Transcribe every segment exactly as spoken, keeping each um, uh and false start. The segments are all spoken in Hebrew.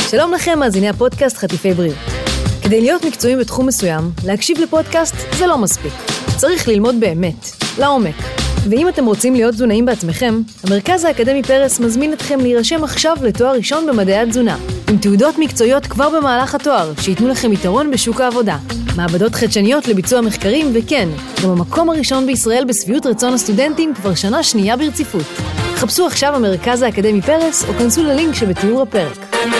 שלום לכם, מאזיני הפודקאסט חטיפי בריאות. כדי להיות מקצועיים בתחום מסוים, להקשיב לפודקאסט זה לא מספיק. צריך ללמוד באמת, לעומק. ואם אתם רוצים להיות תזונאים בעצמכם, המרכז האקדמי פרס מזמין אתכם להירשם עכשיו לתואר ראשון במדעי התזונה, עם תעודות מקצועיות כבר במהלך התואר, שיתנו לכם יתרון בשוק העבודה. מעבדות חדשניות לביצוע מחקרים, וכן, גם המקום הראשון בישראל בסביעות רצון הסטודנטים כבר שנה שנייה ברציפות. חפשו עכשיו המרכז האקדמי פרס, או כנסו ללינק שבתיאור הפרק.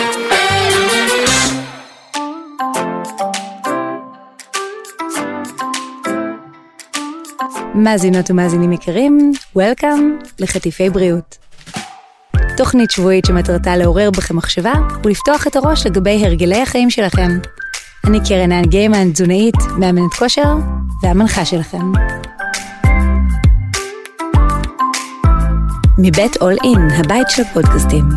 מאזינות ומאזינים יקרים, Welcome לחטיפי בריאות. תוכנית שבועית שמטרתה לעורר בכם מחשבה ולפתוח את הראש לגבי הרגלי החיים שלכם. אני קרן גיימן, תזונאית, מאמנת כושר והמנחה שלכם. מבית אול אין, הבית של הפודקאסטים.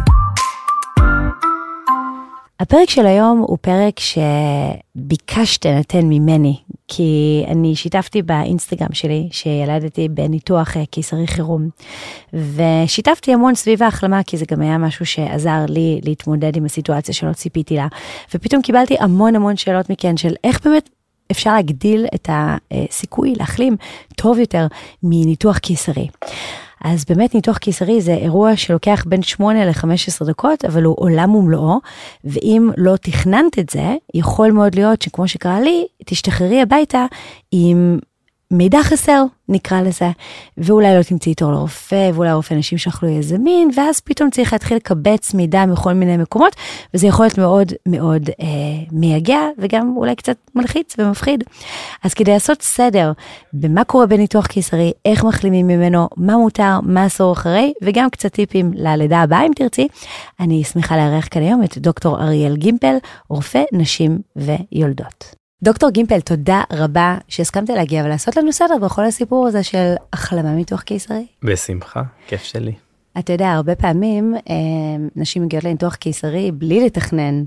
הפרק של היום הוא פרק שביקשתם לתן ממני, כי אני שיתפתי באינסטגרם שלי שילדתי בניתוח קיסרי חירום, ושיתפתי המון סביב ההחלמה, כי זה גם היה משהו שעזר לי להתמודד עם הסיטואציה שלא ציפיתי לה, ופתאום קיבלתי המון המון שאלות מכן של איך באמת אפשר להגדיל את הסיכוי להחלים טוב יותר מניתוח קיסרי. אז באמת ניתוח קיסרי זה אירוע שלוקח בין שמונה ל-חמש עשרה דקות, אבל הוא עולם ומלואו, ואם לא תכננת את זה, יכול מאוד להיות שכמו שקרה לי, תשתחררי הביתה עם מידע חסר, נקרא לזה, ואולי לא תמצאי תור לרופא, ואולי רופא אנשים שלך לא יהיה זמין, ואז פתאום צריך להתחיל לקבץ מידע מכל מיני מקומות, וזה יכול להיות מאוד מאוד אה, מייגע, וגם אולי קצת מלחיץ ומפחיד. אז כדי לעשות סדר במה קורה בניתוח קיסרי, איך מחלימים ממנו, מה מותר, מה אסור אחרי, וגם קצת טיפים ללידה הבאה אם תרצי, אני שמחה לארח כאן היום את דוקטור אריאל גימפל, רופא נשים ויולדות. דוקטור גימפל, תודה רבה שהסכמת להגיע ולעשות לנו סדר בכל הסיפור הזה של החלמה מתוך קיסרי. בשמחה, כיף שלי. אתה יודע, הרבה פעמים נשים מגיעות לניתוח קיסרי בלי לתכנן,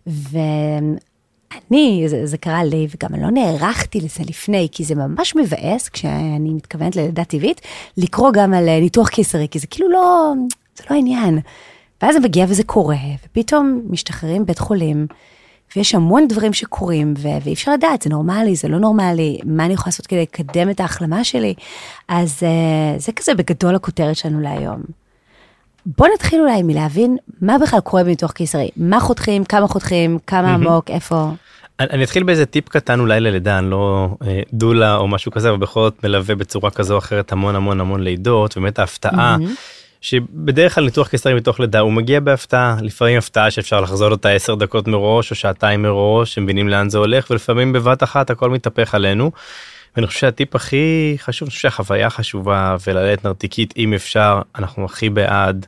ואני, זה, זה קרה לי, וגם אני לא נערכתי לזה לפני, כי זה ממש מבאס, כשאני מתכוונת ללידה טבעית, לקרוא גם על ניתוח קיסרי, כי זה כאילו לא, זה לא עניין. ואז זה מגיע וזה קורה, ופתאום משתחררים בית חולים, ויש המון דברים שקורים, ו- ואי אפשר לדעת, זה נורמלי, זה לא נורמלי, מה אני יכולה לעשות כדי לקדם את ההחלמה שלי, אז uh, זה כזה בגדול הכותרת שלנו להיום. בוא נתחיל אולי מלהבין מה בכלל קורה בניתוח קיסרי, מה חותכים, כמה חותכים, כמה עמוק, איפה... אני, אני אתחיל באיזה טיפ קטן אולי ללידה, אני לא אה, דולה או משהו כזה, אבל בכל זאת מלווה בצורה כזו או אחרת המון המון המון לידות, באמת ההפתעה, שבדרך כלל ניתוח קיסרי מתוך לידה, הוא מגיע בהפתעה, לפעמים הפתעה שאפשר לחזור אותה עשר דקות מראש, או שעתיים מראש, שמבינים לאן זה הולך, ולפעמים בבת אחת הכל מתהפך עלינו, ואני חושב שהטיפ הכי חשוב, אני חושב שהחוויה חשובה, וללדת נרתיקית, אם אפשר, אנחנו הכי בעד.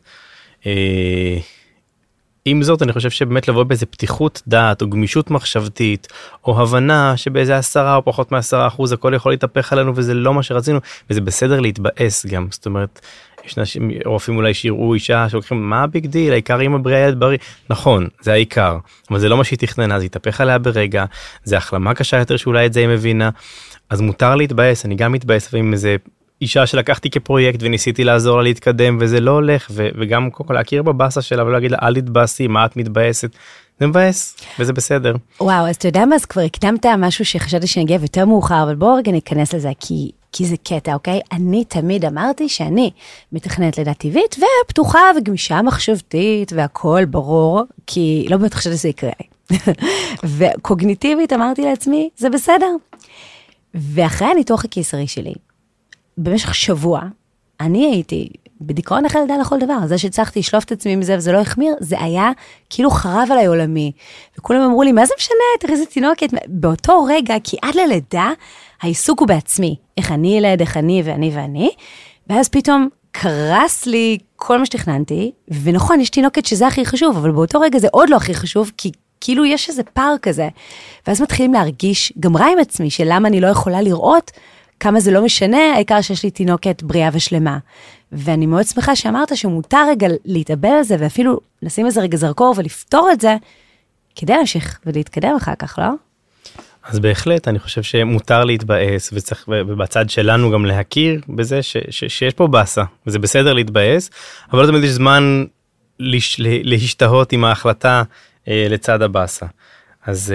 עם זאת, אני חושב שבאמת לבוא באיזה פתיחות דעת, או גמישות מחשבתית, או הבנה שבאיזה עשרה או פחות מעשרה אחוז, הכל יכול להתהפך עלינו, וזה לא מה שרצינו, וזה בסדר להתבאס גם, זאת אומרת, יש נשים, רופאים אולי שיראו אישה שלוקחים, מה הביג דיל, העיקר עם הבריאה ילד בריא, נכון, זה העיקר, אבל זה לא מה שהיא תכננה, זה יתהפך עליה ברגע, זה החלמה קשה יותר שאולי את זה היא מבינה, אז מותר להתבאס, אני גם מתבאס, ועם איזה אישה שלקחתי כפרויקט וניסיתי לעזור לה להתקדם, וזה לא הולך, ו- וגם קודם כל להכיר בבאסה שלה, ולהגיד לה, אל תתבאסי, מה את מתבאסת, זה מבאס, וזה בסדר. וואו, אז אתה יודע מה, אז כבר הקדמת משהו שחשבתי שנגיע יותר מאוחר, אבל בואו רגע ניכנס לזה, כי... כי זה קטע, אוקיי? אני תמיד אמרתי שאני מתכננת לידה טבעית, ופתוחה וגמישה מחשבתית, והכל ברור, כי לא באמת חשבתי שזה יקרה לי. וקוגניטיבית אמרתי לעצמי, זה בסדר. ואחרי הניתוח הקיסרי שלי, במשך שבוע, אני הייתי בדיכאון אחרי לידה לכל דבר. זה שהצלחתי לשלוף את עצמי מזה וזה לא החמיר, זה היה כאילו חרב עליי עולמי. וכולם אמרו לי, מה זה משנה? תראי זה תינוקת. באותו רגע, כי עד ללידה, העיסוק הוא בעצמי. איך אני ילד, איך אני ואני ואני. ואז פתאום קרס לי כל מה שתכננתי, ונכון, יש תינוקת שזה הכי חשוב, אבל באותו רגע זה עוד לא הכי חשוב, כי כאילו יש איזה פער כזה. ואז מתחילים להרגיש גם רע עם עצמי, של למה אני לא יכולה לראות כמה זה לא משנה, העיקר שיש לי תינוקת בריאה ושלמה. ואני מאוד שמחה שאמרת שמותר רגע להתאבל על זה, ואפילו לשים איזה רגע זרקור ולפתור את זה, כדי להמשיך ולהתקדם אחר כך, לא? אז בהחלט, אני חושב שמותר להתבאס, וצריך בצד שלנו גם להכיר בזה ש, ש, שיש פה בסה, וזה בסדר להתבאס, אבל לא תמיד יש זמן לש, להשתהות עם ההחלטה לצד הבאסה. אז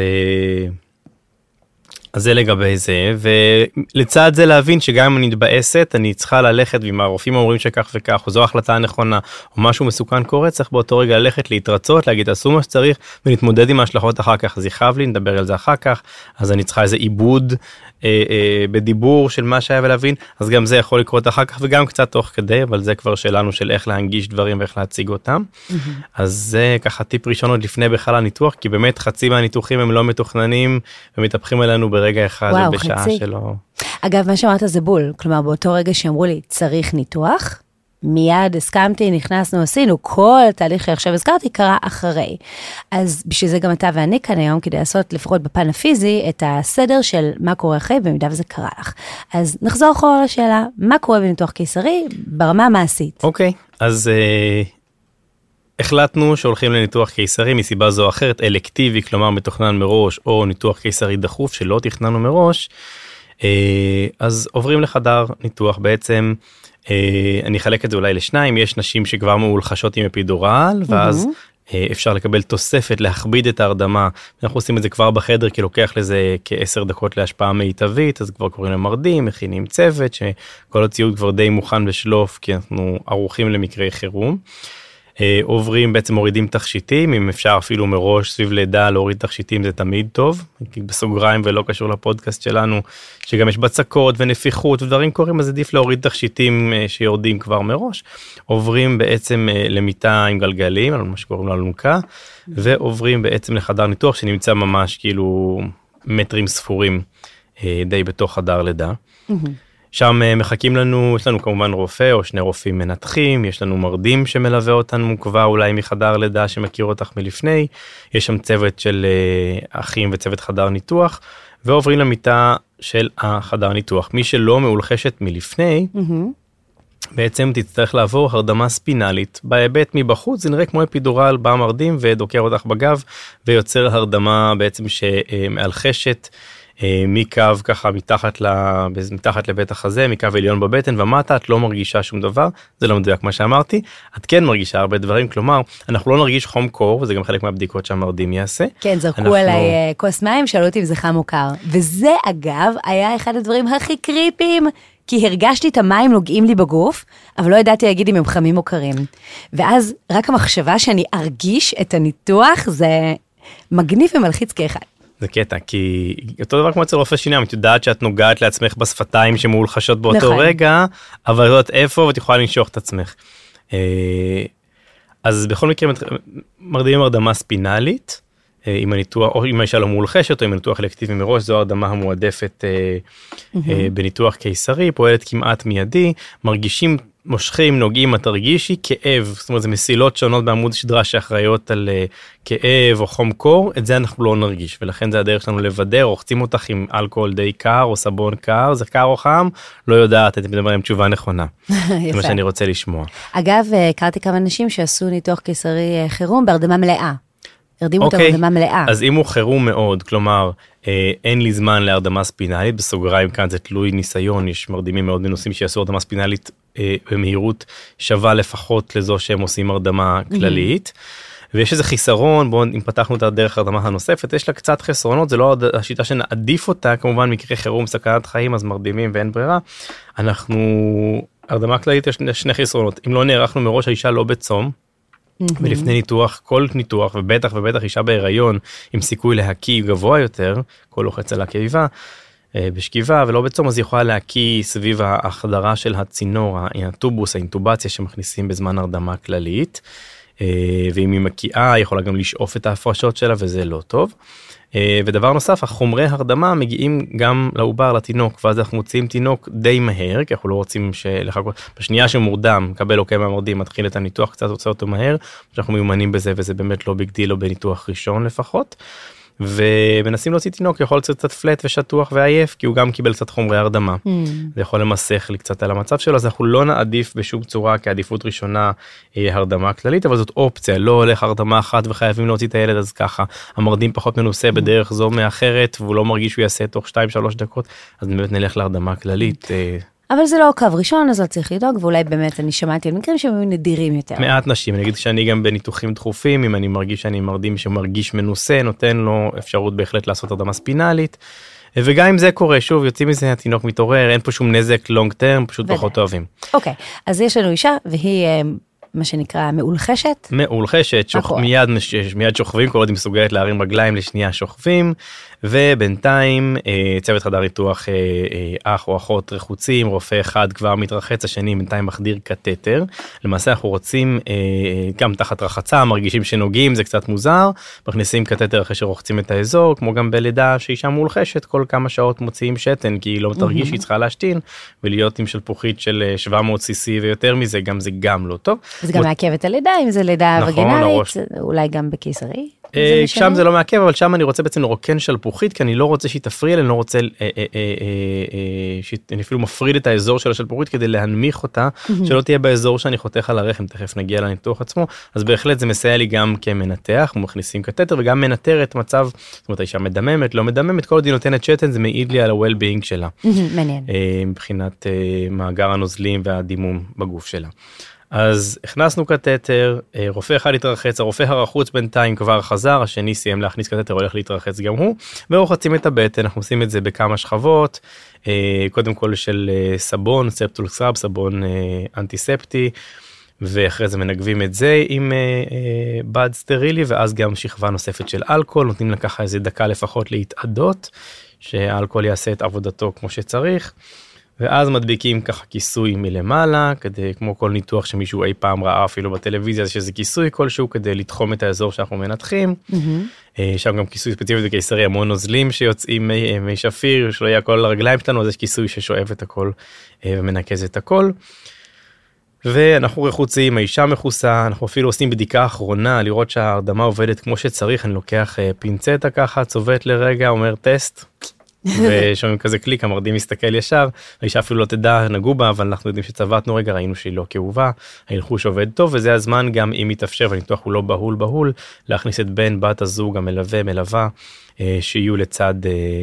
אז זה לגבי זה, ולצד זה להבין שגם אם אני מתבאסת, אני צריכה ללכת, ואם הרופאים אומרים שכך וכך, או זו החלטה הנכונה, או משהו מסוכן קורה, צריך באותו רגע ללכת, להתרצות, להגיד, עשו מה שצריך, ולהתמודד עם ההשלכות אחר כך, אז יכאב לי, נדבר על זה אחר כך, אז אני צריכה איזה עיבוד אה, אה, בדיבור של מה שהיה ולהבין, אז גם זה יכול לקרות אחר כך, וגם קצת תוך כדי, אבל זה כבר שלנו של איך להנגיש דברים ואיך להציג אותם. Mm-hmm. אז זה ככה טיפ ראשון עוד לפני בכלל הניתוח, כי באמת חצי מהניתוחים הם לא מתוכננים, ומתהפכים אלינו ברגע אחד וואו, ובשעה חצי. שלו. אגב, מה שאמרת זה בול, כלומר באותו רגע שאמרו לי צריך ניתוח, מיד הסכמתי, נכנסנו, עשינו, כל התהליך שעכשיו הזכרתי קרה אחרי. אז בשביל זה גם אתה ואני כאן היום, כדי לעשות לפחות בפן הפיזי, את הסדר של מה קורה אחרי, במידה וזה קרה לך. אז נחזור אחורה לשאלה, מה קורה בניתוח קיסרי ברמה המעשית? אוקיי, אז אה, החלטנו שהולכים לניתוח קיסרי מסיבה זו או אחרת, אלקטיבי, כלומר מתוכנן מראש, או ניתוח קיסרי דחוף שלא תכננו מראש, אה, אז עוברים לחדר ניתוח בעצם, אני אחלק את זה אולי לשניים, יש נשים שכבר מאולחשות עם אפידורל, ואז אפשר לקבל תוספת להכביד את ההרדמה, אנחנו עושים את זה כבר בחדר, כי לוקח לזה כעשר דקות להשפעה מיטבית, אז כבר קוראים למרדים, מכינים צוות, שכל הציוד כבר די מוכן בשלוף, כי אנחנו ערוכים למקרי חירום. עוברים, בעצם מורידים תכשיטים, אם אפשר אפילו מראש סביב לידה להוריד תכשיטים זה תמיד טוב, בסוגריים ולא קשור לפודקאסט שלנו, שגם יש בצקות ונפיחות ודברים קורים, אז עדיף להוריד תכשיטים שיורדים כבר מראש. עוברים בעצם למיטה עם גלגלים, על מה שקוראים לו אלונקה, ועוברים בעצם לחדר ניתוח שנמצא ממש כאילו מטרים ספורים די בתוך חדר לידה. שם מחכים לנו, יש לנו כמובן רופא או שני רופאים מנתחים, יש לנו מרדים שמלווה אותנו כבר אולי מחדר לידה שמכיר אותך מלפני, יש שם צוות של אחים וצוות חדר ניתוח, ועוברים למיטה של החדר ניתוח. מי שלא מאולחשת מלפני, mm-hmm. בעצם תצטרך לעבור הרדמה ספינלית. בהיבט מבחוץ זה נראה כמו אפידורל, בא מרדים ודוקר אותך בגב, ויוצר הרדמה בעצם שמאלחשת, מקו ככה מתחת, ל... מתחת לבית החזה, מקו עליון בבטן ומטה, את לא מרגישה שום דבר, זה לא מדויק מה שאמרתי, את כן מרגישה הרבה דברים, כלומר, אנחנו לא נרגיש חום קור, וזה גם חלק מהבדיקות שהמרדים יעשה. כן, זרקו אנחנו... עליי כוס מים, שאלו אותי אם זה חם או קר, וזה אגב היה אחד הדברים הכי קריפיים, כי הרגשתי את המים נוגעים לי בגוף, אבל לא ידעתי להגיד אם הם חמים או קרים. ואז רק המחשבה שאני ארגיש את הניתוח, זה מגניב ומלחיץ כאחד. זה קטע, כי אותו דבר כמו אצל רופא שיניים, את יודעת שאת נוגעת לעצמך בשפתיים שמאולחשות באותו נכון. רגע, אבל יודעת איפה ואת יכולה לנשוך את עצמך. אז בכל מקרה מרדימים הרדמה ספינלית, עם הניתוח, או אם האישה לא מאולחשת, או עם הניתוח אלקטיבי מראש, זו הרדמה המועדפת mm-hmm. בניתוח קיסרי, פועלת כמעט מיידי, מרגישים מושכים, נוגעים, את תרגישי כאב, זאת אומרת, זה מסילות שונות בעמוד שדרה שאחראיות על uh, כאב או חום קור, את זה אנחנו לא נרגיש, ולכן זה הדרך שלנו לוודא, רוחצים אותך עם אלכוהול די קר או סבון קר, זה קר או חם, לא יודעת, אתם מדברים עם תשובה נכונה. זה מה שאני רוצה לשמוע. אגב, הכרתי כמה אנשים שעשו ניתוח קיסרי חירום בהרדמה מלאה. הרדימו אותם הרדמה מלאה. אז אם הוא חירום מאוד, כלומר, אה, אין לי זמן להרדמה ספינלית, בסוגריים כאן זה תלוי ניסיון, יש מרדימים מאוד מנוסים שיעשו הרדמה ספינלית אה, במהירות שווה לפחות לזו שהם עושים הרדמה כללית, mm-hmm. ויש איזה חיסרון, בואו אם פתחנו את הדרך הרדמה הנוספת, יש לה קצת חסרונות, זה לא השיטה שנעדיף אותה, כמובן מקרה חירום, סכנת חיים, אז מרדימים ואין ברירה, אנחנו, הרדמה כללית יש שני חסרונות, אם לא נערכנו מראש האישה לא בצום, ולפני ניתוח, כל ניתוח, ובטח ובטח אישה בהיריון, עם סיכוי להקיא גבוה יותר, כל לוחץ על הקיבה, בשכיבה ולא בצום, אז היא יכולה להקיא סביב החדרה של הצינור, הטובוס, האינטובציה שמכניסים בזמן הרדמה כללית, ואם היא מקיאה, היא יכולה גם לשאוף את ההפרשות שלה, וזה לא טוב. ודבר נוסף, החומרי הרדמה מגיעים גם לעובר, לתינוק, ואז אנחנו מוציאים תינוק די מהר, כי אנחנו לא רוצים לחכות, בשנייה שמורדם, מקבל אוקיי מהמורדים, מתחיל את הניתוח, קצת רוצה אותו מהר, שאנחנו מיומנים בזה, וזה באמת לא ביג דיל, לא בניתוח ראשון לפחות, ומנסים להוציא תינוק, יכול להיות קצת פלט ושטוח ועייף, כי הוא גם קיבל קצת חומרי הרדמה, mm. זה יכול למסך לי קצת על המצב שלו, אז אנחנו לא נעדיף בשום צורה כעדיפות ראשונה הרדמה כללית, אבל זאת אופציה, לא הולך הרדמה אחת וחייבים להוציא את הילד, אז ככה, המרדים פחות מנוסה בדרך זו מאחרת, והוא לא מרגיש שהוא יעשה תוך שתיים שלוש דקות, אז באמת נלך להרדמה כללית. אבל זה לא קו ראשון, אז לא צריך לדאוג, ואולי באמת אני שמעתי על מקרים שהם נדירים יותר. מעט נשים, אני אגיד שאני גם בניתוחים דחופים, אם אני מרגיש שאני מרדים שמרגיש מנוסה, נותן לו אפשרות בהחלט לעשות הרדמה ספינלית, וגם אם זה קורה, שוב, יוצאים מזה, התינוק מתעורר, אין פה שום נזק לונג טרם, פשוט פחות אוהבים. אוקיי, אז יש לנו אישה, והיא מה שנקרא מאולחשת. מאולחשת, שוכ... מיד, מיד שוכבים, כל עוד היא מסוגלת להרים רגליים לשנייה שוכבים, ובינתיים צוות חדר ניתוח, אח או אחות רחוצים, רופא אחד כבר מתרחץ, השני בינתיים מחדיר קטטר. למעשה אנחנו רוצים גם תחת רחצה, מרגישים שנוגעים, זה קצת מוזר, מכניסים קטטר אחרי שרוחצים את האזור, כמו גם בלידה שאישה מאולחשת, כל כמה שעות מוציאים שתן, כי היא לא תרגיש שהיא צריכה להשתין, ולהיות עם שלפוחית של שבע מאות סי סי ויותר מזה, גם זה גם לא טוב. זה גם מעכב את הלידה, אם זה לידה וגינלית, אולי גם בקיסרי. שם זה לא מעכב, אבל שם אני רוצה בעצם לרוקן שלפוחית, כי אני לא רוצה שהיא תפריע, אני לא רוצה, אני אפילו מפריד את האזור של השלפוחית כדי להנמיך אותה, שלא תהיה באזור שאני חותך על הרחם, תכף נגיע לניתוח עצמו, אז בהחלט זה מסייע לי גם כמנתח, מכניסים קטטר וגם מנטר את מצב, זאת אומרת, האישה מדממת, לא מדממת, כל עוד היא נותנת שתן, זה מעיד לי על ה-well-being שלה. מעניין. מבחינת מאגר הנוזלים והדימום בגוף שלה. אז הכנסנו קטטר, רופא אחד להתרחץ, הרופא הרחוץ בינתיים כבר חזר, השני סיים להכניס קטטר, הולך להתרחץ גם הוא, ורוחצים את הבטן, אנחנו עושים את זה בכמה שכבות, קודם כל של סבון, ספטול סרב, סבון אנטיספטי, ואחרי זה מנגבים את זה עם בד סטרילי, ואז גם שכבה נוספת של אלכוהול, נותנים לקחה איזה דקה לפחות להתעדות, שהאלכוהול יעשה את עבודתו כמו שצריך, ואז מדביקים ככה כיסוי מלמעלה, כדי, כמו כל ניתוח שמישהו אי פעם ראה אפילו בטלוויזיה, שזה כיסוי כלשהו כדי לתחום את האזור שאנחנו מנתחים. Mm-hmm. שם גם כיסוי ספציפי בקיסרי, המון נוזלים שיוצאים מי, מי שפיר, שלא יהיה הכל הרגליים שלנו, אז יש כיסוי ששואב את הכל ומנקז את הכל. ואנחנו רחוצים, האישה מכוסה, אנחנו אפילו עושים בדיקה אחרונה, לראות שההרדמה עובדת כמו שצריך, אני לוקח פינצטה ככה, צובט לרגע, אומר טסט. ושומעים כזה קליק, המרדים מסתכל ישר, האישה אפילו לא תדע, נגעו בה, אבל אנחנו יודעים שצבטנו רגע, ראינו שהיא לא כאובה, ההלחוש עובד טוב, וזה הזמן גם אם מתאפשר, והניתוח הוא לא בהול בהול, להכניס את בן בת הזוג, המלווה, מלווה, שיהיו לצד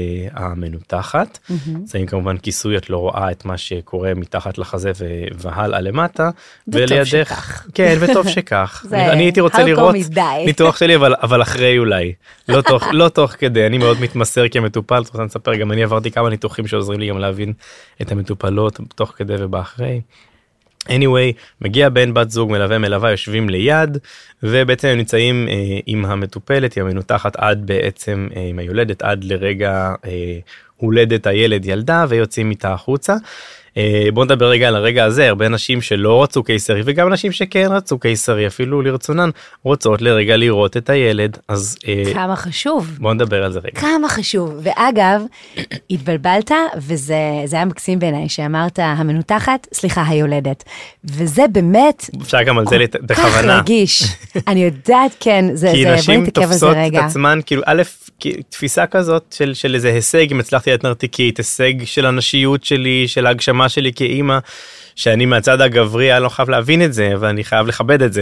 המנותחת. זה כמובן כיסוי, את לא רואה את מה שקורה מתחת לחזה והלאה למטה. וטוב שכך. כן, וטוב שכך. אני הייתי רוצה לראות ניתוח שלי, אבל אחרי אולי. לא תוך כדי, אני מאוד מתמסר כמטופל, צריך לספר, גם אני עברתי כמה ניתוחים שעוזרים לי גם להבין את המטופלות תוך כדי ובאחרי. anyway, מגיע בן בת זוג, מלווה מלווה, יושבים ליד, ובעצם הם נמצאים אה, עם המטופלת, עם המנותחת עד בעצם, אה, עם היולדת, עד לרגע אה, הולדת הילד ילדה, ויוצאים איתה החוצה. בואו נדבר רגע על הרגע הזה, הרבה נשים שלא רצו קיסרי, וגם נשים שכן רצו קיסרי, אפילו לרצונן, רוצות לרגע לראות את הילד, אז... כמה חשוב. בואו נדבר על זה רגע. כמה חשוב, ואגב, התבלבלת, וזה היה מקסים בעיניי, שאמרת המנותחת, סליחה, היולדת, וזה באמת... אפשר גם על זה בכוונה. כל כך רגיש, אני יודעת, כן, זה, כי זה, נשים תופסות את עצמן, כאילו, א', תפיסה כזאת של, של איזה הישג, אם הצלחתי להיות נרתיקית, הישג של הנשיות שלי, של ההגשמה שלי כאימא, שאני מהצד הגברי, אני לא חייב להבין את זה, ואני חייב לכבד את זה.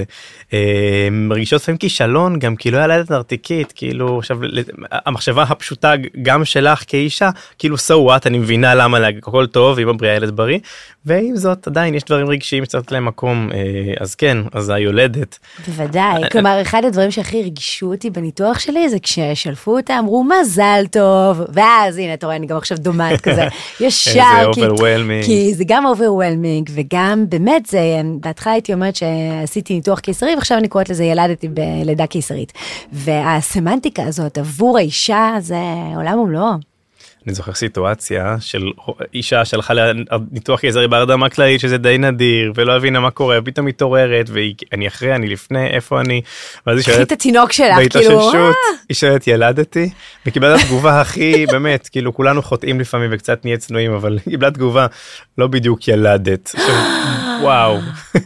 מרגישות לפעמים כישלון, גם כאילו ילדת נרתיקית, כאילו, עכשיו, המחשבה הפשוטה גם שלך כאישה, כאילו, so what, אני מבינה למה להגיד, הכל טוב, אמא בריאה ילד בריא, ועם זאת, עדיין יש דברים רגשיים שצריך להם מקום, אז כן, אז היולדת. בוודאי, כלומר, אחד הדברים שהכי הרגישו אותי בניתוח שלי, זה כששלפו אותה, אמרו, מזל טוב, ואז, הנה, אתה רואה, אני גם עכשיו דומעת כזה, ישר, כי זה גם overwhelming, וגם באמת זה, בהתחלה הייתי אומרת שעשיתי ניתוח קיסרי, ועכשיו אני קוראת לזה ילדתי בלידה קיסרית. והסמנטיקה הזאת עבור האישה זה עולם ומלואו. אני זוכר סיטואציה של אישה שהלכה לניתוח קיסרי בהרדמה כללית, שזה די נדיר, ולא הבינה מה קורה, פתאום מתעוררת, ואני אחרי, אני לפני, איפה אני? ואז היא שואלת... קחי את התינוק שלך, כאילו... היא שואלת, ילדתי? וקיבלה תגובה הכי, באמת, כאילו, כולנו חוטאים לפעמים וקצת נהיה צנועים, אבל קיבלה תגובה, לא בדיוק ילדת. וואו.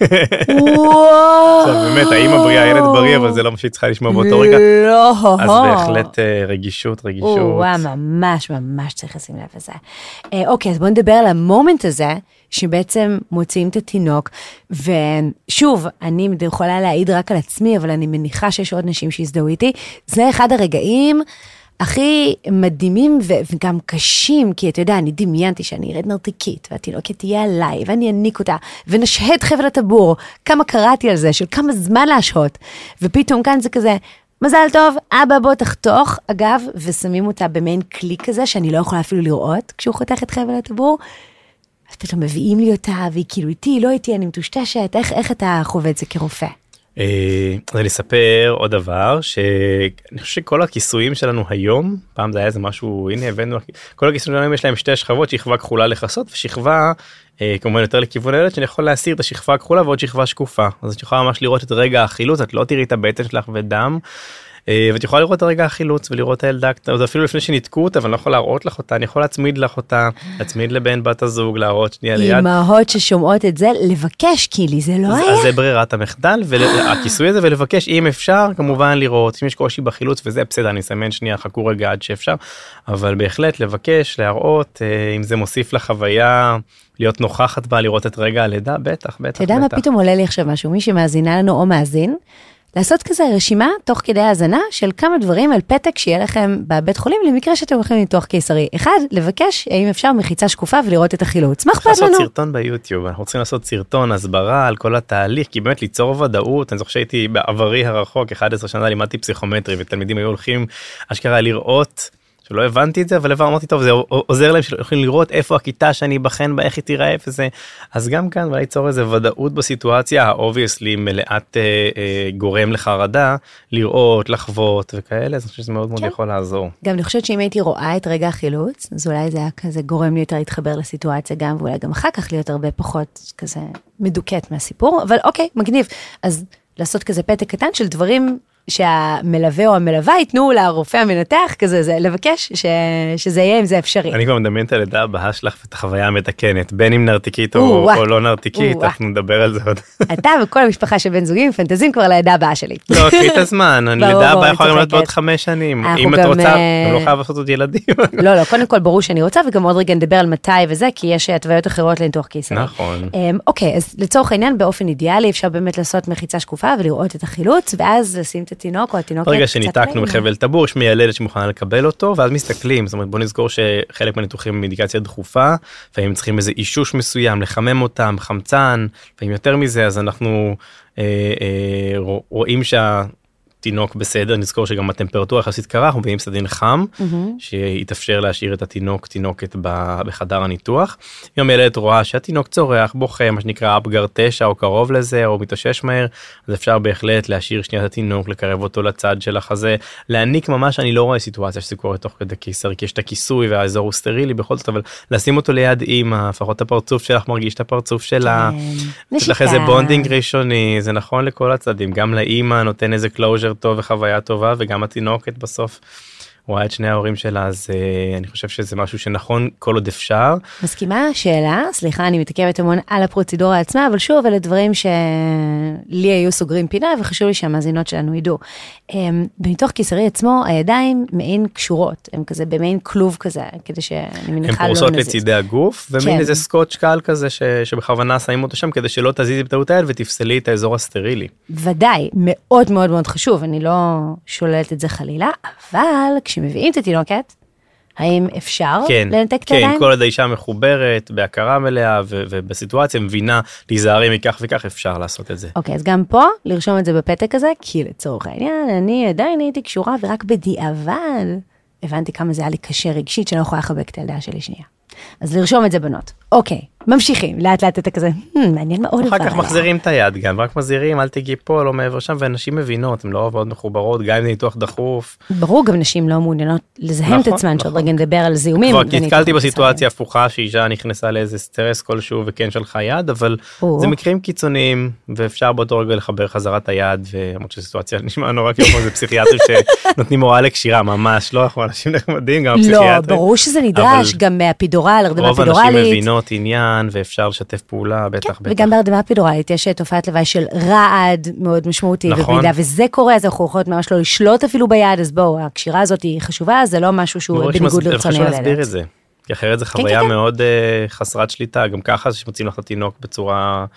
עכשיו, באמת, האמא בריאה, ילד בריא, אבל זה לא מה שהיא צריכה לשמוע באותו רגע. לא. אז בהחלט רגישות, רגישות. וואו, ממש, ממש צריך לשים לב לזה. אוקיי, אז בואו נדבר על המומנט הזה, שבעצם מוציאים את התינוק, ושוב, אני יכולה להעיד רק על עצמי, אבל אני מניחה שיש עוד נשים שיזדהו איתי, זה אחד הרגעים הכי מדהימים וגם קשים, כי אתה יודע, אני דמיינתי שאני ארד נרתיקית, והתינוקת תהיה עליי, ואני אניק אותה, ונשהד חבל הטבור, כמה קראתי על זה, של כמה זמן להשהות, ופתאום כאן זה כזה, מזל טוב, אבא בוא תחתוך, אגב, ושמים אותה במין כלי כזה, שאני לא יכולה אפילו לראות, כשהוא חותך את חבל הטבור, אז פתאום מביאים לי אותה, והיא כאילו איתי, לא איתי, אני מטושטשת, איך, איך אתה חווה את זה כרופא? אני אספר עוד דבר, שאני חושב שכל הכיסויים שלנו היום, פעם זה היה איזה משהו, הנה הבאנו, כל הכיסויים שלנו יש להם שתי שכבות, שכבה כחולה לכסות, ושכבה כמובן יותר לכיוון הילד, שאני יכול להסיר את השכבה הכחולה ועוד שכבה שקופה, אז את יכולה ממש לראות את רגע החילוץ, את לא תראי את הבטן שלך ודם, ואת יכולה לראות את הרגע החילוץ ולראות את הילדה, אפילו לפני שנתקעו אותה, ואני לא יכול להראות לך אותה, אני יכול להצמיד לך אותה, להצמיד לבן בת הזוג, להראות שנייה ליד. אמהות ששומעות את זה, לבקש, כי לי זה לא היה. אז זה ברירת המחדל, והכיסוי הזה, ולבקש, אם אפשר, כמובן לראות, אם יש קושי בחילוץ, וזה בסדר, אני אסמן שנייה, חכו רגע עד שאפשר, אבל בהחלט לבקש, להראות, אם זה מוסיף לחוויה, להיות נוכחת בה, לראות את רגע הלידה, בטח, בטח. אתה יודע מה פתאום עולה לי עכשיו משהו, מי שמאזינה לנו או מאזין, לעשות כזה רשימה תוך כדי האזנה של כמה דברים על פתק שיהיה לכם בבית חולים למקרה שאתם הולכים ניתוח קיסרי. אחד, לבקש האם אפשר מחיצה שקופה ולראות את החילוץ. מה אכפת לנו? לעשות סרטון ביוטיוב, אנחנו צריכים לעשות סרטון, הסברה על כל התהליך, כי באמת ליצור ודאות, אני זוכר שהייתי בעברי הרחוק, אחת עשרה שנה לימדתי פסיכומטרי, ותלמידים היו הולכים אשכרה לראות, שלא הבנתי את זה, אבל אמרתי, טוב, זה עוזר להם שיכולים לראות איפה הכיתה שאני בחן בה, איך היא תיראה, איפה זה. אז גם כאן, אולי ליצור איזו ודאות בסיטואציה, obviously מלאת אה, אה, גורם לחרדה, לראות, לחוות וכאלה, אז אני חושב שזה מאוד מאוד יכול לעזור. גם אני חושבת שאם הייתי רואה את רגע החילוץ, אז אולי זה היה כזה גורם לי יותר להתחבר לסיטואציה גם, ואולי גם אחר כך להיות הרבה פחות כזה מדוקת מהסיפור, אבל אוקיי, מגניב. אז לעשות כזה פתק קטן של דברים שהמלווה או המלווה ייתנו לרופא המנתח כזה, זה לבקש ש... שזה יהיה אם זה אפשרי. אני כבר מדמיין את הלידה הבאה שלך ואת החוויה המתקנת, בין אם נרתיקית או, או לא נרתיקית, אנחנו נדבר על זה עוד. אתה וכל המשפחה של בן זוגים פנטזים כבר לידה הבאה שלי. לא, קחי את הזמן, הלידה הבאה יכולה להיות בעוד חמש שנים, אם את רוצה, גם לא חייב לעשות עוד ילדים. לא, לא, קודם כל ברור שאני רוצה, וגם עוד רגע נדבר על מתי וזה, כי יש התוויות אחרות לניתוח קיסרי. נכון. אוקיי, אז לצורך העניין, באופן אידיאלי, אפשר באמת לעשות מחיצה שקופה ולראות את החילוץ, ואז לשים את התינוק או התינוקת. ברגע שניתקנו מחבל טבור, יש מיילדת שמוכנה לקבל אותו, ואז מסתכלים, זאת אומרת, בוא נזכור שחלק מהניתוחים הם אינדיקציה דחופה, לפעמים צריכים איזה אישוש מסוים, לחמם אותם, חמצן, לפעמים יותר מזה, אז אנחנו אה, אה, רואים שה... תינוק בסדר, נזכור שגם הטמפרטורה יחסית קרה, אנחנו מביאים סדין חם, mm-hmm. שיתאפשר להשאיר את התינוק, תינוקת בחדר הניתוח. אם המילדת רואה שהתינוק צורח, בוכה, מה שנקרא אפגר תשע או קרוב לזה, או מתאושש מהר, אז אפשר בהחלט להשאיר שנייה את התינוק, לקרב אותו לצד של החזה, להעניק ממש, אני לא רואה סיטואציה שזה קורה תוך כדי קיסר, כי יש את הכיסוי והאזור הוא סטרילי בכל זאת, אבל לשים אותו ליד אמא, לפחות הפרצוף שלך מרגיש את הפרצוף שלה, יש איזה בונדינג ראשוני, זה נכון לכל הצדדים, גם לאמא נותן איזה closure טוב וחוויה טובה, וגם התינוקת בסוף רואה את שני ההורים שלה, אז uh, אני חושב שזה משהו שנכון כל עוד אפשר. מסכימה? שאלה, סליחה, אני מתעכבת המון על הפרוצדורה עצמה, אבל שוב, אלה דברים שלי היו סוגרים פינה, וחשוב לי שהמאזינות שלנו ידעו. Um, בניתוח קיסרי עצמו, הידיים מעין קשורות, הם כזה במעין כלוב כזה, כדי שאני מניחה לא נזיז. הן פרוסות לצידי הגוף, ומין כן. איזה סקוץ' קל כזה, ש, שבכוונה שמים אותו שם, כדי שלא תזיזי בטעות היד, ותפסלי את האזור הסטרילי. ודאי, מאוד מאוד מאוד חשוב, אני לא שוללת את זה חלילה, אבל כשמביאים את התינוקת, האם אפשר כן, לנתק את הידיים? כן, כל עוד האישה מחוברת, בהכרה מלאה, ו- ובסיטואציה מבינה, להיזהרי מכך וכך, אפשר לעשות את זה. אוקיי, אז גם פה, לרשום את זה בפתק הזה, כי לצורך העניין, אני עדיין הייתי קשורה, ורק בדיעבד, הבנתי כמה זה היה לי קשה רגשית, שאני לא יכולה לחבק את הילדה שלי שנייה. אז לרשום את זה בנות. אוקיי, ממשיכים, לאט לאט אתה כזה, מעניין מאוד. אחר כך מחזירים את היד גם, רק מזהירים, אל תגיעי פה, לא מעבר שם, ואנשים מבינות, הן לא עובדות מחוברות, גם אם זה ניתוח דחוף. ברור, גם נשים לא מעוניינות לזהם את עצמן, שעוד רגע נדבר על זיהומים. כבר נתקלתי בסיטואציה הפוכה, שאישה נכנסה לאיזה סטרס כלשהו, וכן שלחה יד, אבל זה מקרים קיצוניים, ואפשר באותו רגע לחבר חזרת היד, ולמרות שסיטואציה נשמע נורא כאילו, זה פסיכיאטרים שנותנים הוראה לקשירה, ממש לא, אנחנו אנשים נחמדים, גם פסיכיאטרים. לא, ברור שזה נדרש, גם מהפידורל, הרדמה פידורלית. עניין, ואפשר לשתף פעולה, בטח, כן, בטח. וגם בהרדמה פידורלית יש תופעת לוואי של רעד מאוד משמעותי, נכון. ובמידה וזה קורה, אז אנחנו יכולות ממש לא לשלוט אפילו ביד, אז בואו, הקשירה הזאת היא חשובה, זה לא משהו שהוא בניגוד לרצוני ילדת. חשוב להסביר את זה, כי אחרת זה חוויה כן, כן, מאוד כן. חסרת שליטה, גם ככה שמוצאים לך את התינוק בצורה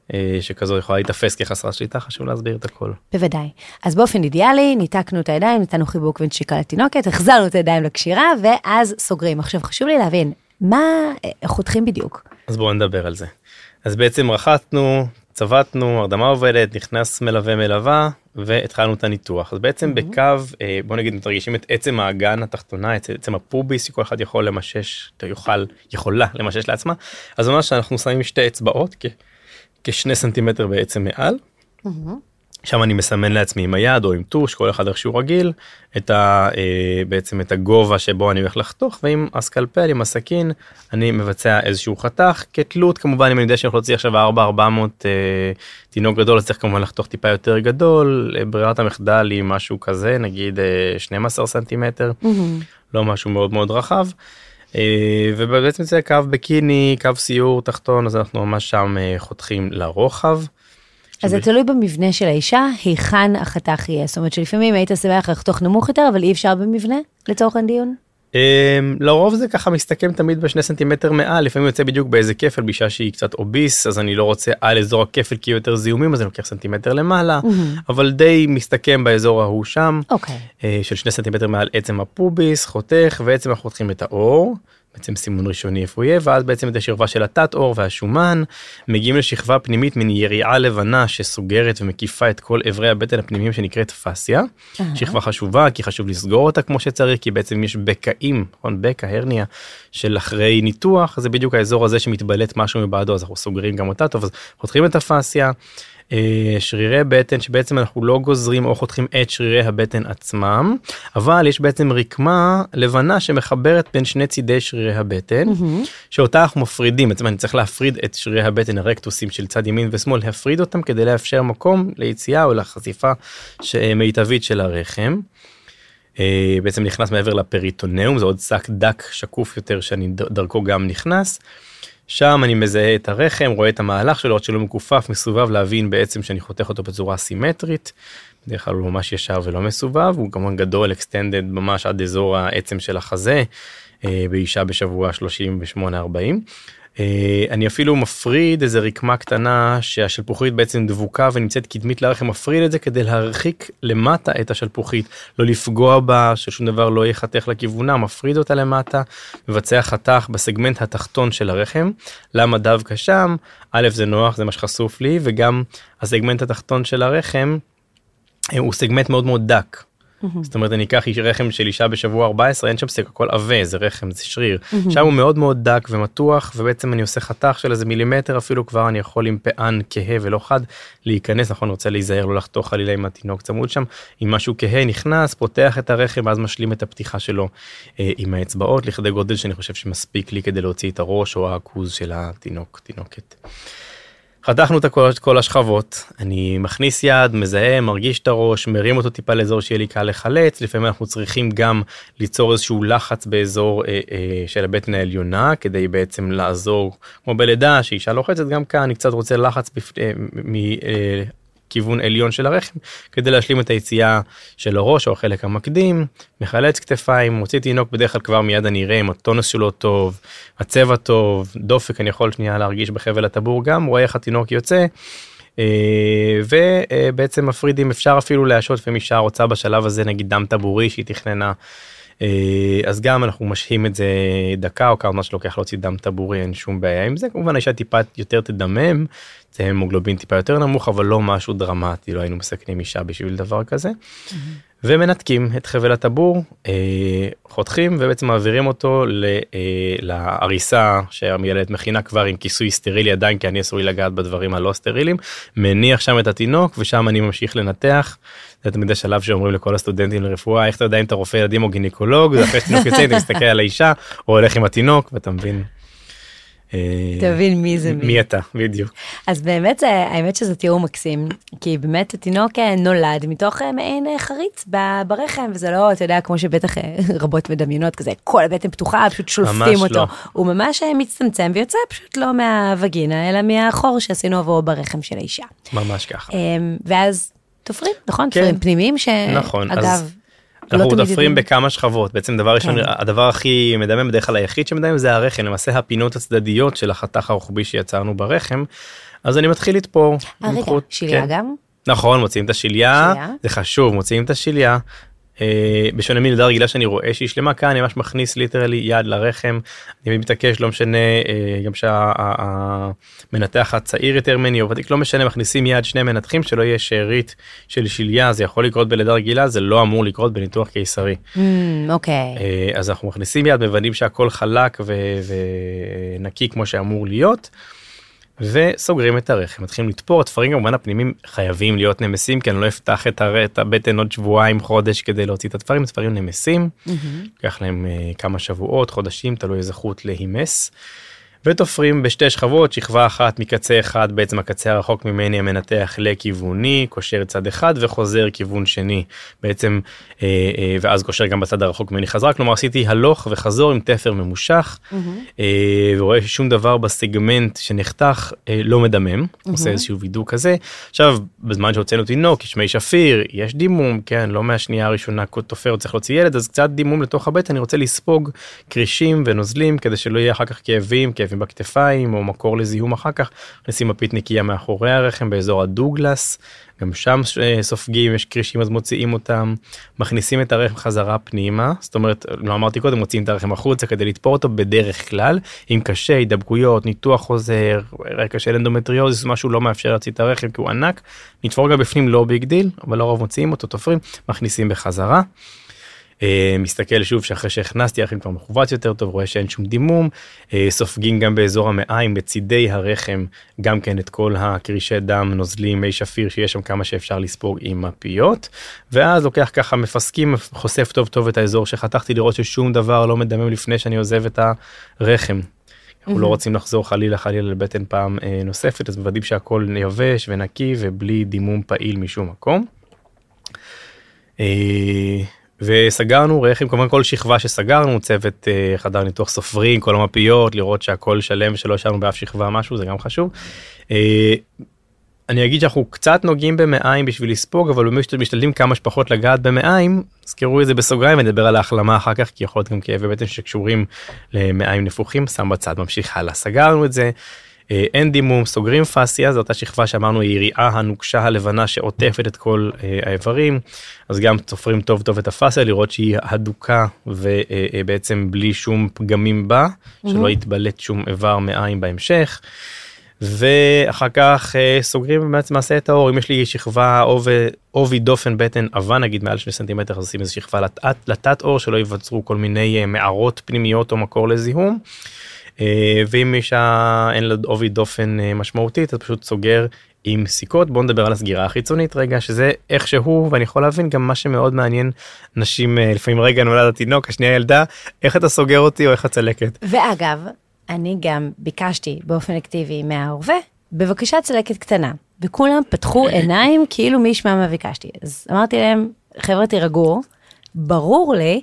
שכזו יכולה להתאפס כחסרת שליטה, חשוב להסביר את הכל. בוודאי. אז באופן אידיאלי, ניתקנו את הידיים, נתנו חיבוק ונשיקה לתינוקת, החזרנו את הידיים לקשירה, ואז סוגרים. עכשיו חשוב לי להבין, מה חותכים בדיוק? אז בואו נדבר על זה. אז בעצם רחצנו, צבטנו, הרדמה עובדת, נכנס מלווה מלווה, והתחלנו את הניתוח. אז בעצם mm-hmm. בקו, בואו נגיד, מתרגישים את עצם האגן התחתונה, את עצם הפוביס, שכל אחד יכול למשש, יוכל, יכולה למשש לעצמה. אז ממש שאנחנו שמים שתי אצבעות, כ, כשני סנטימטר בעצם מעל. Mm-hmm. שם אני מסמן לעצמי עם היד או עם טוש, כל אחד איך שהוא רגיל, את ה, בעצם את הגובה שבו אני הולך לחתוך, ועם הסקלפל, עם הסכין, אני מבצע איזשהו חתך, כתלות, כמובן, אם אני יודע שאני יכול להוציא עכשיו ארבע ארבע מאות אה, תינוק גדול, אז צריך כמובן לחתוך טיפה יותר גדול, ברירת המחדל היא משהו כזה, נגיד אה, שנים עשר סנטימטר, mm-hmm. לא משהו מאוד מאוד רחב, אה, ובעצם זה קו בקיני, קו סיור תחתון, אז אנחנו ממש שם אה, חותכים לרוחב, אז זה תלוי במבנה של האישה, היכן החתך יהיה. זאת אומרת שלפעמים היית שמח לחתוך נמוך יותר, אבל אי אפשר במבנה לצורך הדיון? לרוב זה ככה מסתכם תמיד בשני סנטימטר מעל, לפעמים יוצא בדיוק באיזה כפל, בישה שהיא קצת אוביס, אז אני לא רוצה על אזור הכפל כי יותר זיהומים, אז אני לוקח סנטימטר למעלה, אבל די מסתכם באזור ההוא שם, של שני סנטימטר מעל עצם הפוביס, חותך, ועצם אנחנו חותכים את האור, בעצם סימון ראשוני איפה הוא יהיה, ואז בעצם את השכבה של התת אור והשומן, מגיעים לשכבה פנימית מן יריעה לבנה שסוגרת ומקיפה את כל עברי הבטן הפנימיים שנקראת פסיה, שכבה חשובה, כי חשוב לסגור אותה כמו שצריך, כי בעצם יש בקעים, נכון, בקע, הרניה, של אחרי ניתוח, זה בדיוק האזור הזה שמתבלט משהו מבעדו, אז אנחנו סוגרים גם אותה, טוב, אז חותכים את הפסיה, שרירי בטן שבעצם אנחנו לא גוזרים או חותכים את שרירי הבטן עצמם, אבל יש בעצם רקמה לבנה שמחברת בין שני צידי שרירי הבטן, mm-hmm. שאותה אנחנו מפרידים, בעצם אני צריך להפריד את שרירי הבטן הרקטוסים של צד ימין ושמאל, להפריד אותם כדי לאפשר מקום ליציאה או לחשיפה מיטבית של הרחם. בעצם נכנס מעבר לפריטונאום, זה עוד שק דק שקוף יותר שאני דרכו גם נכנס, שם אני מזהה את הרחם, רואה את המהלך שלו, עוד שלא מקופף, מסובב, להבין בעצם שאני חותך אותו בצורה סימטרית, בדרך כלל הוא ממש ישר ולא מסובב, הוא כמובן גדול, extended ממש עד אזור העצם של החזה, באישה בשבוע שלושים ושמונה ארבעים. אני אפילו מפריד איזה רקמה קטנה שהשלפוחית בעצם דבוקה ונמצאת קדמית לרחם, מפריד את זה כדי להרחיק למטה את השלפוחית, לא לפגוע בה, ששום דבר לא יחתך לכיוונה, מפריד אותה למטה, מבצע חתך בסגמנט התחתון של הרחם. למה דווקא שם? א', זה נוח, זה מה שחשוף לי, וגם הסגמנט התחתון של הרחם הוא סגמנט מאוד מאוד דק. זאת אומרת, אני אקח רחם של אישה בשבוע ארבע עשרה, אין שם סק, הכל עווה, זה רחם, זה שריר. שם הוא מאוד מאוד דק ומתוח, ובעצם אני עושה חתך של איזה מילימטר, אפילו כבר אני יכול עם פען כהה ולא חד להיכנס, נכון, רוצה להיזהר, לא לחתוך חלילה עם התינוק צמוד שם, אם משהו כהה נכנס, פותח את הרחם, אז משלים את הפתיחה שלו אה, עם האצבעות, לכדי גודל שאני חושב שמספיק לי כדי להוציא את הראש או העכוז של התינוק, תינוקת. חתכנו את כל, כל השכבות, אני מכניס יד, מזהה, מרגיש את הראש, מרים אותו טיפה לאזור שיהיה לי קל לחלץ, לפעמים אנחנו צריכים גם ליצור איזשהו לחץ באזור אה, אה, של הבטן העליונה, כדי בעצם לעזור, כמו בלידה, שאישה לוחצת גם כאן, אני קצת רוצה לחץ בפ... אה, מ... אה, כיוון עליון של הרחם, כדי להשלים את היציאה של הראש או החלק המקדים, מחלץ כתפיים, מוציא תינוק בדרך כלל כבר מיד אני אראה אם הטונוס שלו טוב, הצבע טוב, דופק אני יכול שנייה להרגיש בחבל הטבור גם, רואה איך התינוק יוצא, ובעצם מפרידים, אפשר אפילו להשעות לפעמים אישה רוצה בשלב הזה נגיד דם טבורי שהיא תכננה, אז גם אנחנו משהים את זה דקה או כמה שלוקח להוציא דם טבורי, אין שום בעיה עם זה, כמובן האישה טיפה יותר תדמם, זה המוגלובין טיפה יותר נמוך, אבל לא משהו דרמטי, לא היינו מסכנים אישה בשביל דבר כזה, ומנתקים את חבל הטבור, חותכים ובעצם מעבירים אותו להריסה שהמיילדת מכינה כבר עם כיסוי סטרילי עדיין, כי אני אסור לי לגעת בדברים הלא סטרילים, מניח שם את התינוק ושם אני ממשיך לנתח, זה תמיד השלב שאומרים לכל הסטודנטים לרפואה, איך אתה יודע אם אתה רופא ילדים או גינקולוג, אחרי שתינוק יוצא, אתה מסתכל על האישה, או הולך עם התינוק, ואתה מבין. תבין מי זה מי. מי אתה, בדיוק. אז באמת, האמת שזה תיאור מקסים, כי באמת התינוק נולד מתוך מעין חריץ ברחם, וזה לא, אתה יודע, כמו שבטח רבות מדמיינות כזה, כל הבטן פתוחה, פשוט שולפים אותו. לא. הוא ממש מצטמצם ויוצא פשוט לא מהווגינה, אלא מהחור שעשינו עבור ברחם של האישה. ממש ככה. ואז תופרים, נכון? כן. תופרים פנימיים שאגב... נכון, אז... אנחנו תופרים בכמה שכבות, בעצם דבר ראשון, הדבר הכי מדמם, בדרך כלל היחיד שמדמם זה הרחם, למעשה הפינות הצדדיות של החתך הרוחבי שיצרנו ברחם, אז אני מתחיל לתפור. רגע, שיליה גם? נכון, מוציאים את השיליה, זה חשוב, מוציאים את השיליה, בשונה מלידה רגילה שאני רואה שהיא שלמה, כאן אני ממש מכניס ליטרלי יד לרחם, אני מתעקש, לא משנה, גם שהמנתח הצעיר יותר ממני, או ותיק, לא משנה, מכניסים יד שני מנתחים, שלא יהיה שארית של שיליה, זה יכול לקרות בלידה רגילה, זה לא אמור לקרות בניתוח קיסרי. אוקיי. אז אנחנו מכניסים יד, מוודאים שהכל חלק ונקי כמו שאמור להיות, וסוגרים את הרחם, מתחילים לתפור, התפרים כמובן הפנימים חייבים להיות נמסים, כי אני לא אפתח את, הר... את הבטן עוד שבועיים, חודש כדי להוציא את התפרים, התפרים נמסים, לקח להם uh, כמה שבועות, חודשים, תלוי זכות להימס, ותופרים בשתי שכבות, שכבה אחת מקצה אחד, בעצם הקצה הרחוק ממני המנתח לכיווני, קושר צד אחד וחוזר כיוון שני, בעצם, אה, אה, ואז קושר גם בצד הרחוק ממני חזרה, כלומר עשיתי הלוך וחזור עם תפר ממושך, mm-hmm. אה, ורואה ששום דבר בסגמנט שנחתך אה, לא מדמם, mm-hmm. עושה איזשהו וידוק כזה, עכשיו בזמן שהוצאנו תינוק, יש מי שפיר, יש דימום, כן, לא מהשנייה הראשונה תופר צריך להוציא ילד, אז קצת דימום לתוך הבטן, אני רוצה לספוג קרישים ונוזלים, כדי שלא יהיה אחר כך כאבים, כאבים בכתפיים או מקור לזיהום אחר כך, נשים מפית נקייה מאחורי הרחם באזור הדוגלס, גם שם סופגים, יש קרישים אז מוציאים אותם, מכניסים את הרחם חזרה פנימה, זאת אומרת, לא אמרתי קודם, מוציאים את הרחם החוצה כדי לתפור אותו בדרך כלל, אם קשה, הידבקויות, ניתוח חוזר, רקע של אנדומטריוזיס, משהו לא מאפשר להוציא את הרחם כי הוא ענק, נתפור גם בפנים לא ביג דיל, אבל לרוב מוציאים אותו, תופרים, מכניסים בחזרה. מסתכל שוב שאחרי שהכנסתי הרחם כבר מחובץ יותר טוב, רואה שאין שום דימום, סופגים גם באזור המעיים בצידי הרחם גם כן את כל הקרישי דם נוזלים מי שפיר שיש שם כמה שאפשר לספוג עם הפיות, ואז לוקח ככה מפסקים, חושף טוב טוב את האזור שחתכתי לראות ששום דבר לא מדמם לפני שאני עוזב את הרחם. אנחנו לא רוצים לחזור חלילה חלילה לבטן פעם נוספת, אז מוודאים שהכל יבש ונקי ובלי דימום פעיל משום מקום. וסגרנו רחם, כמובן כל שכבה שסגרנו, צוות uh, חדר ניתוח סופרים, כל המפיות, לראות שהכל שלם ושלא השארנו באף שכבה משהו, זה גם חשוב. Uh, אני אגיד שאנחנו קצת נוגעים במעיים בשביל לספוג, אבל באמת משתדלים כמה שפחות לגעת במעיים, זכרו את זה בסוגריים ונדבר על ההחלמה אחר כך, כי יכול להיות גם כאבי בטן שקשורים למעיים נפוחים, שם בצד, ממשיך הלאה. סגרנו את זה, אין דימום, סוגרים פסיה, זו אותה שכבה שאמרנו היא יריעה הנוקשה הלבנה שעוטפת את כל האיברים, אז גם תופרים טוב טוב את הפסיה, לראות שהיא הדוקה ובעצם בלי שום פגמים בה, שלא יתבלט שום איבר מעיים בהמשך, ואחר כך סוגרים למעשה את האור, אם יש לי שכבה עובי דופן בטן עבה נגיד מעל שני סנטימטר, אז עושים איזו שכבה לתת אור, שלא ייווצרו כל מיני מערות פנימיות או מקור לזיהום, ואם מי שאין לה עובי דופן משמעותית, אז פשוט סוגר עם סיכות. בואו נדבר על הסגירה החיצונית רגע, שזה איכשהו, ואני יכול להבין גם מה שמאוד מעניין נשים, לפעמים רגע נולד התינוק, השנייה ילדה, איך אתה סוגר אותי או איך הצלקת. ואגב, אני גם ביקשתי באופן אקטיבי מהעורבה, בבקשה צלקת קטנה, וכולם פתחו עיניים כאילו מי ישמע מה ביקשתי. אז אמרתי להם, חבר'ה תירגעו, ברור לי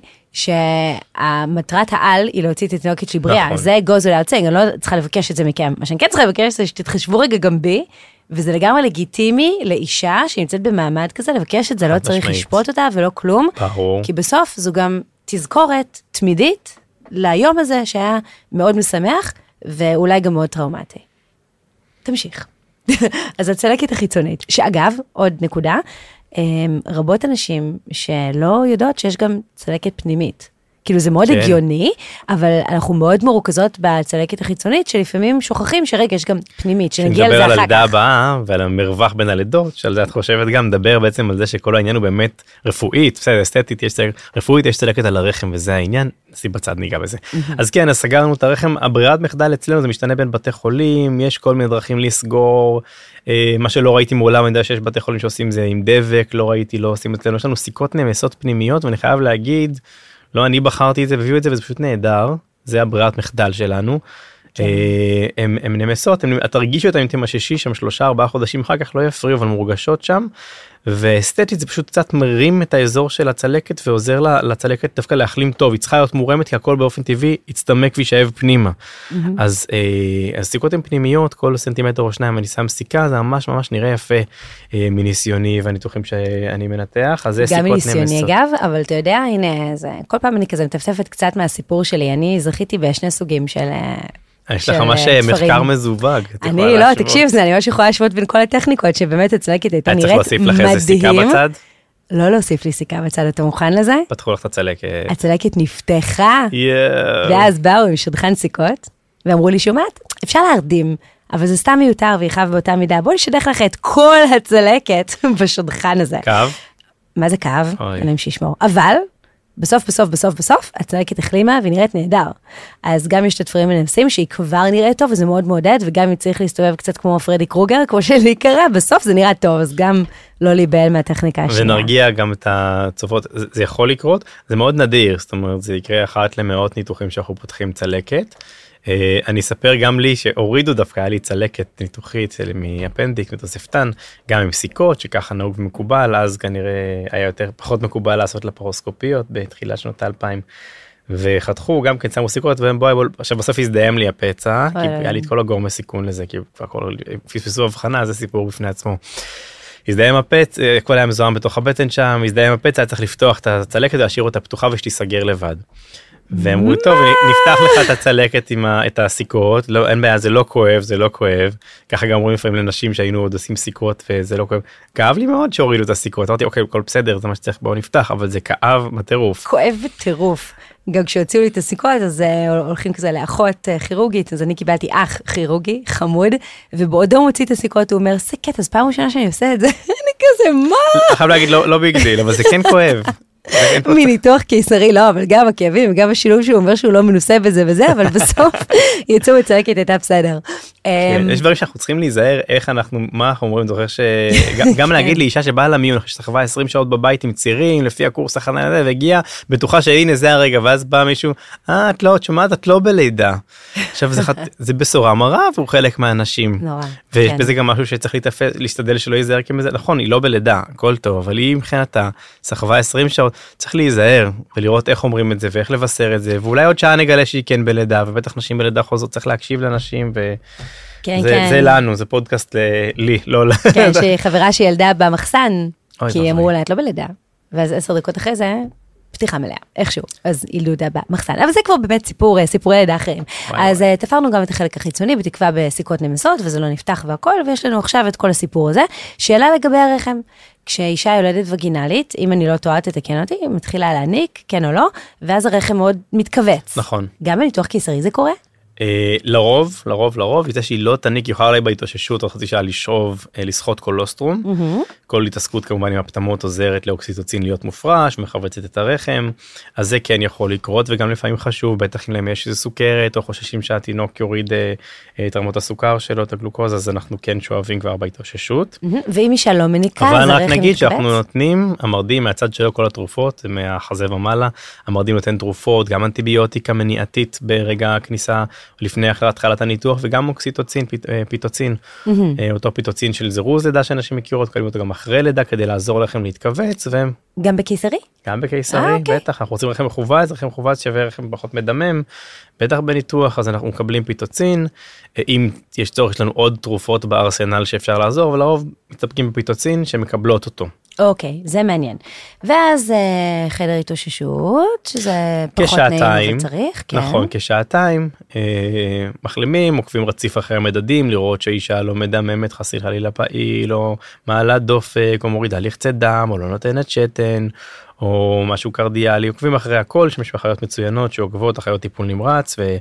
שהמטרת העל היא להוציא את התינוקת שלי בריאה, נכון. זה גוז ולהוצג, אני לא צריכה לבקש את זה מכם, מה שאני כן צריכה לבקש זה שתתחשבו רגע גם בי, וזה לגמרי לגיטימי לאישה שנמצאת במעמד כזה, לבקש את זה, לא צריך לשפוט אותה ולא כלום, ברור. כי בסוף זו גם תזכורת תמידית ליום הזה שהיה מאוד משמח, ואולי גם מאוד טראומטי. תמשיך. אז הצלקת החיצונית, שאגב, עוד נקודה, רבות אנשים שלא יודעות שיש גם צלקת פנימית. כאילו זה מאוד הגיוני, אבל אנחנו מאוד מרוכזות בצלקת החיצונית, שלפעמים שוכחים שרגע יש גם פנימית, שנגיע לזה אחר כך. שנדבר על הלידה הבאה, ועל המרווח בין הלידות, שעל זה את חושבת גם, נדבר בעצם על זה שכל העניין הוא באמת רפואית, בסדר, אסתטית, יש צלקת, רפואית יש צלקת על הרחם, וזה העניין, נשים בצד ניגע בזה. אז כן, אז סגרנו את הרחם, הברירת מחדל אצלנו, זה משתנה בין בתי חולים, יש כל מיני דרכים לסגור, מה שלא ראיתי מעולם, אני יודע שיש בתי חולים שעושים זה עם דבק, לא ראיתי, לא עושים אצלנו, יש לנו סיכות נמסות פנימיות, ואני חייב להגיד, לא, אני בחרתי את זה, והביאו את זה, וזה פשוט נהדר, זה הברירת מחדל שלנו. הן נמסות, את תרגישו אותן אם תמששי שם שלושה ארבעה חודשים אחר כך, לא יפריעו, אבל מורגשות שם. ואסתטית זה פשוט קצת מרים את האזור של הצלקת ועוזר לה, לצלקת דווקא להחלים טוב, היא צריכה להיות מורמת כי הכל באופן טבעי יצטמק וישאב פנימה. Mm-hmm. אז, אה, אז סיכות הן פנימיות, כל סנטימטר או שניים אני שם סיכה, זה ממש ממש נראה יפה אה, מניסיוני והניתוחים שאני מנתח, אז זה סיכות נמסות. גם מניסיוני אגב, אבל אתה יודע, הנה, זה, כל פעם אני כזה מטפטפת קצת מהסיפור שלי, אני זכיתי בשני סוגים של... יש לך ממש מחקר מזווג. אני לא, תקשיב, זה אני ממש יכולה להשוות בין כל הטכניקות, שבאמת הצלקת הייתה נראית מדהים. צריך להוסיף לך איזה סיכה בצד? לא להוסיף לי סיכה בצד, אתה מוכן לזה? פתחו לך את הצלקת. הצלקת נפתחה, ואז באו עם שדכן סיכות, ואמרו לי, שומעת, אפשר להרדים, אבל זה סתם מיותר ויחב באותה מידה, בוא נשדך לך את כל הצלקת בשדכן הזה. קו? מה זה קו? אין להם שישמור. אבל... בסוף, בסוף, בסוף, בסוף, הצלקת החלימה והיא נראית נהדר. אז גם יש את התפרים מנמסים שהיא כבר נראית טוב, וזה מאוד מעודד, וגם אם צריך להסתובב קצת כמו פרדי קרוגר, כמו שלי קרה, בסוף זה נראה טוב, אז גם לא להיבהל מהטכניקה השנייה. ונרגיע גם את הצופות, זה, זה יכול לקרות, זה מאוד נדיר, זאת אומרת, זה יקרה אחת למאות ניתוחים שאנחנו פותחים צלקת. אני אספר גם לי שהורידו דווקא, היה לי צלקת ניתוחית מאפנדיק, מתוספתן, גם עם סיכות, שככה נהוג ומקובל, אז כנראה היה יותר, פחות מקובל לעשות לפרוסקופיות, בתחילת שנות האלפיים, וחתכו, גם כן שמו סיכות, והם בואי, עכשיו בסוף הזדהם לי הפצע, כי היה לי את כל הגורמי סיכון לזה, כי כבר כל, פספסו הבחנה, זה סיפור בפני עצמו. הזדהם הפצע, הכל היה מזוהם בתוך הבטן שם, הזדהם הפצע, היה צריך לפתוח את הצלקת ולהשאיר אותה פתוחה ושתיסגר לבד. והם אמרו, טוב, נפתח לך את הצלקת עם את הסיכות, לא, אין בעיה, זה לא כואב, זה לא כואב. ככה גם אומרים לפעמים לנשים שהיינו עוד עושים סיכות וזה לא כואב. כאב לי מאוד שהורידו את הסיכות, אמרתי, אוקיי, הכל בסדר, זה מה שצריך, בואו נפתח, אבל זה כאב בטירוף. כואב בטירוף. גם כשהוציאו לי את הסיכות, אז הולכים כזה לאחות כירורגית, אז אני קיבלתי אח כירורגי, חמוד, ובעודו מוציא את הסיכות, הוא אומר, זה קטע, אז פעם ראשונה שאני עושה את זה, אני כזה, מה? חייב להגיד, לא ביגדיל, אבל זה כן כואב. מניתוח קיסרי, לא, אבל גם הכאבים, וגם השילוב שהוא אומר שהוא לא מנוסה בזה וזה, אבל בסוף יצאו מצלקת הייתה בסדר. יש דברים שאנחנו צריכים להיזהר, איך אנחנו, מה אנחנו אומרים, זוכר שגם להגיד לאישה שבאה למיון, ששכבה עשרים שעות בבית עם צירים, לפי הקורס הכנה הזה, והגיעה בטוחה שהנה זה הרגע, ואז בא מישהו, אה, את לא, את שומעת, את לא בלידה. עכשיו זה בשורה מרה, והוא חלק מהאנשים. ויש בזה גם משהו שצריך להשתדל שלא ייזהר כמזה, נכון, היא לא בלידה, הכל טוב, אבל היא מבחינתה, שכבה עשרים שעות, צריך להיזהר ולראות איך אומרים את זה ואיך לבשר את זה, ואולי עוד שעה נגלה שהיא כן בלידה, ובטח נשים בלידה חוזרות צריך להקשיב לאנשים, וזה לנו, זה פודקאסט לי, לא לה. כן, שחברה שילדה במחסן, כי אמרו לה, את לא בלידה, ואז עשר דקות אחרי זה, פתיחה מלאה, איכשהו, אז ילודה במחסן, אבל זה כבר באמת סיפור, סיפורי לידה אחרים. אז תפרנו גם את החלק החיצוני, בתקווה בסיכות נמסות, וזה לא נפתח והכל, ויש לנו עכשיו את כל הסיפור הזה. שאלה לגבי הרחם, כשאישה יולדת וגינלית, אם אני לא טועה, תתקן אותי, היא מתחילה להניק, כן או לא, ואז הרחם מאוד מתכווץ. נכון. גם בניתוח קיסרי זה קורה? לרוב, לרוב, לרוב, זה שהיא לא תניק, יוכל עליי בהתאוששות, או חצי שעה לשאוב, לשחות קולוסטרום. כל התעסקות כמובן עם הפטמות עוזרת לאוקסיטוצין להיות מופרש, מחבצת את הרחם, אז זה כן יכול לקרות, וגם לפעמים חשוב, בטח אם להם יש איזה סוכרת, או חוששים שהתינוק יוריד את רמות הסוכר שלו, את הגלוקוז, אז אנחנו כן שואבים כבר בהתאוששות. ואם אישה לא מניקה, אבל רק נגיד שאנחנו נותנים, המרדים מהצד שלו כל התרופות, מהחזה ומעלה, המרדים נותן תרופות, גם אנטיביוטיקה מניעתית ברגע הכניסה, לפני התחלת הניתוח, וגם אוקסיטוצין, פיטוצין, אותו פיטוצין של זירוז לידה שאנשים מכירות, קוראים אותו גם אחרי לידה, כדי לעזור לכם להתכווץ, והם... גם בקיסרי? גם בקיסרי, בטח, אנחנו רוצים רחם מכווץ, רחם מכווץ שווה רחם פחות מדמם, בטח בניתוח, אז אנחנו מקבלים פיטוצין, אם יש צורך, יש לנו עוד תרופות בארסנל שאפשר לעזור, ולרוב מתספקים בפיטוצין שמקבלות אותו. אוקיי, זה מעניין. ואז חדר התאוששות, שזה פחות נעים וצריך, כן. נכון, כשעתיים, מחלימים, עוקבים רציף אחרי המדדים, לראות שהאישה לא מדממת, חסיל חלילה פעיל, או מעלה דופק, או מורידה לחצי דם, או לא נותנת שתן, או משהו קרדיאלי, עוקבים אחרי הכל, שיש אחיות מצוינות שעוקבות אחיות טיפול נמרץ, ו...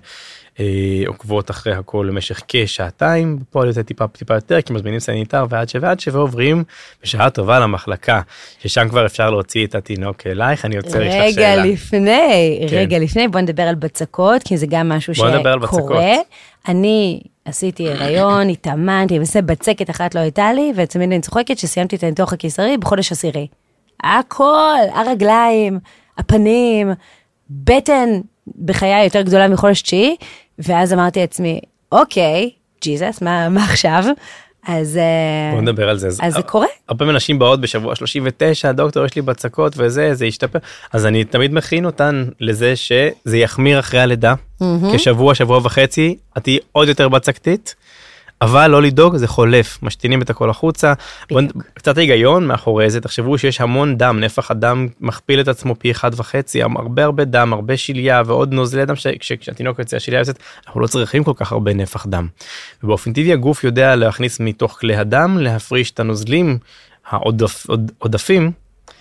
עוקבות אחרי הכל למשך כשעתיים, פה על זה טיפה טיפה יותר, כי מזמינים סניטר ועד שוועד שעוברים בשעה טובה למחלקה, ששם כבר אפשר להוציא את התינוק אלייך, אני יוצר יש לך שאלה. רגע לפני, כן. רגע לפני, בוא נדבר על בצקות, כי זה גם משהו שקורה. אני עשיתי הריון, התאמנתי, ועושה בצקת אחת לא הייתה לי, ותמיד אני צוחקת שסיימתי את הניתוח הקיסרי בחודש עשירי. הכל, הרגליים, הפנים, בטן, בחיי יותר גדולה מחודש תשיעי, ואז אמרתי לעצמי, אוקיי, ג'יזוס, מה, מה עכשיו? אז, בוא נדבר על זה. אז זה קורה. הרבה אנשים באות בשבוע שלושים ותשע, דוקטור, יש לי בצקות וזה, זה ישתפר. אז אני תמיד מכין אותן לזה שזה יחמיר אחרי הלידה, כשבוע, שבוע וחצי, את תהיי עוד יותר בצקתית, אבל לא לדאוג, זה חולף, משתינים את הכל החוצה, קצת היגיון מאחורי זה, תחשבו שיש המון דם, נפח הדם מכפיל את עצמו פי אחד וחצי, הרבה הרבה דם, הרבה שיליה ועוד נוזלי דם, כשהתינוק יוצא השיליה יוצאת, אנחנו לא צריכים כל כך הרבה נפח דם. ובאופן טבעי הגוף יודע להכניס מתוך כלי הדם, להפריש את הנוזלים העודפים,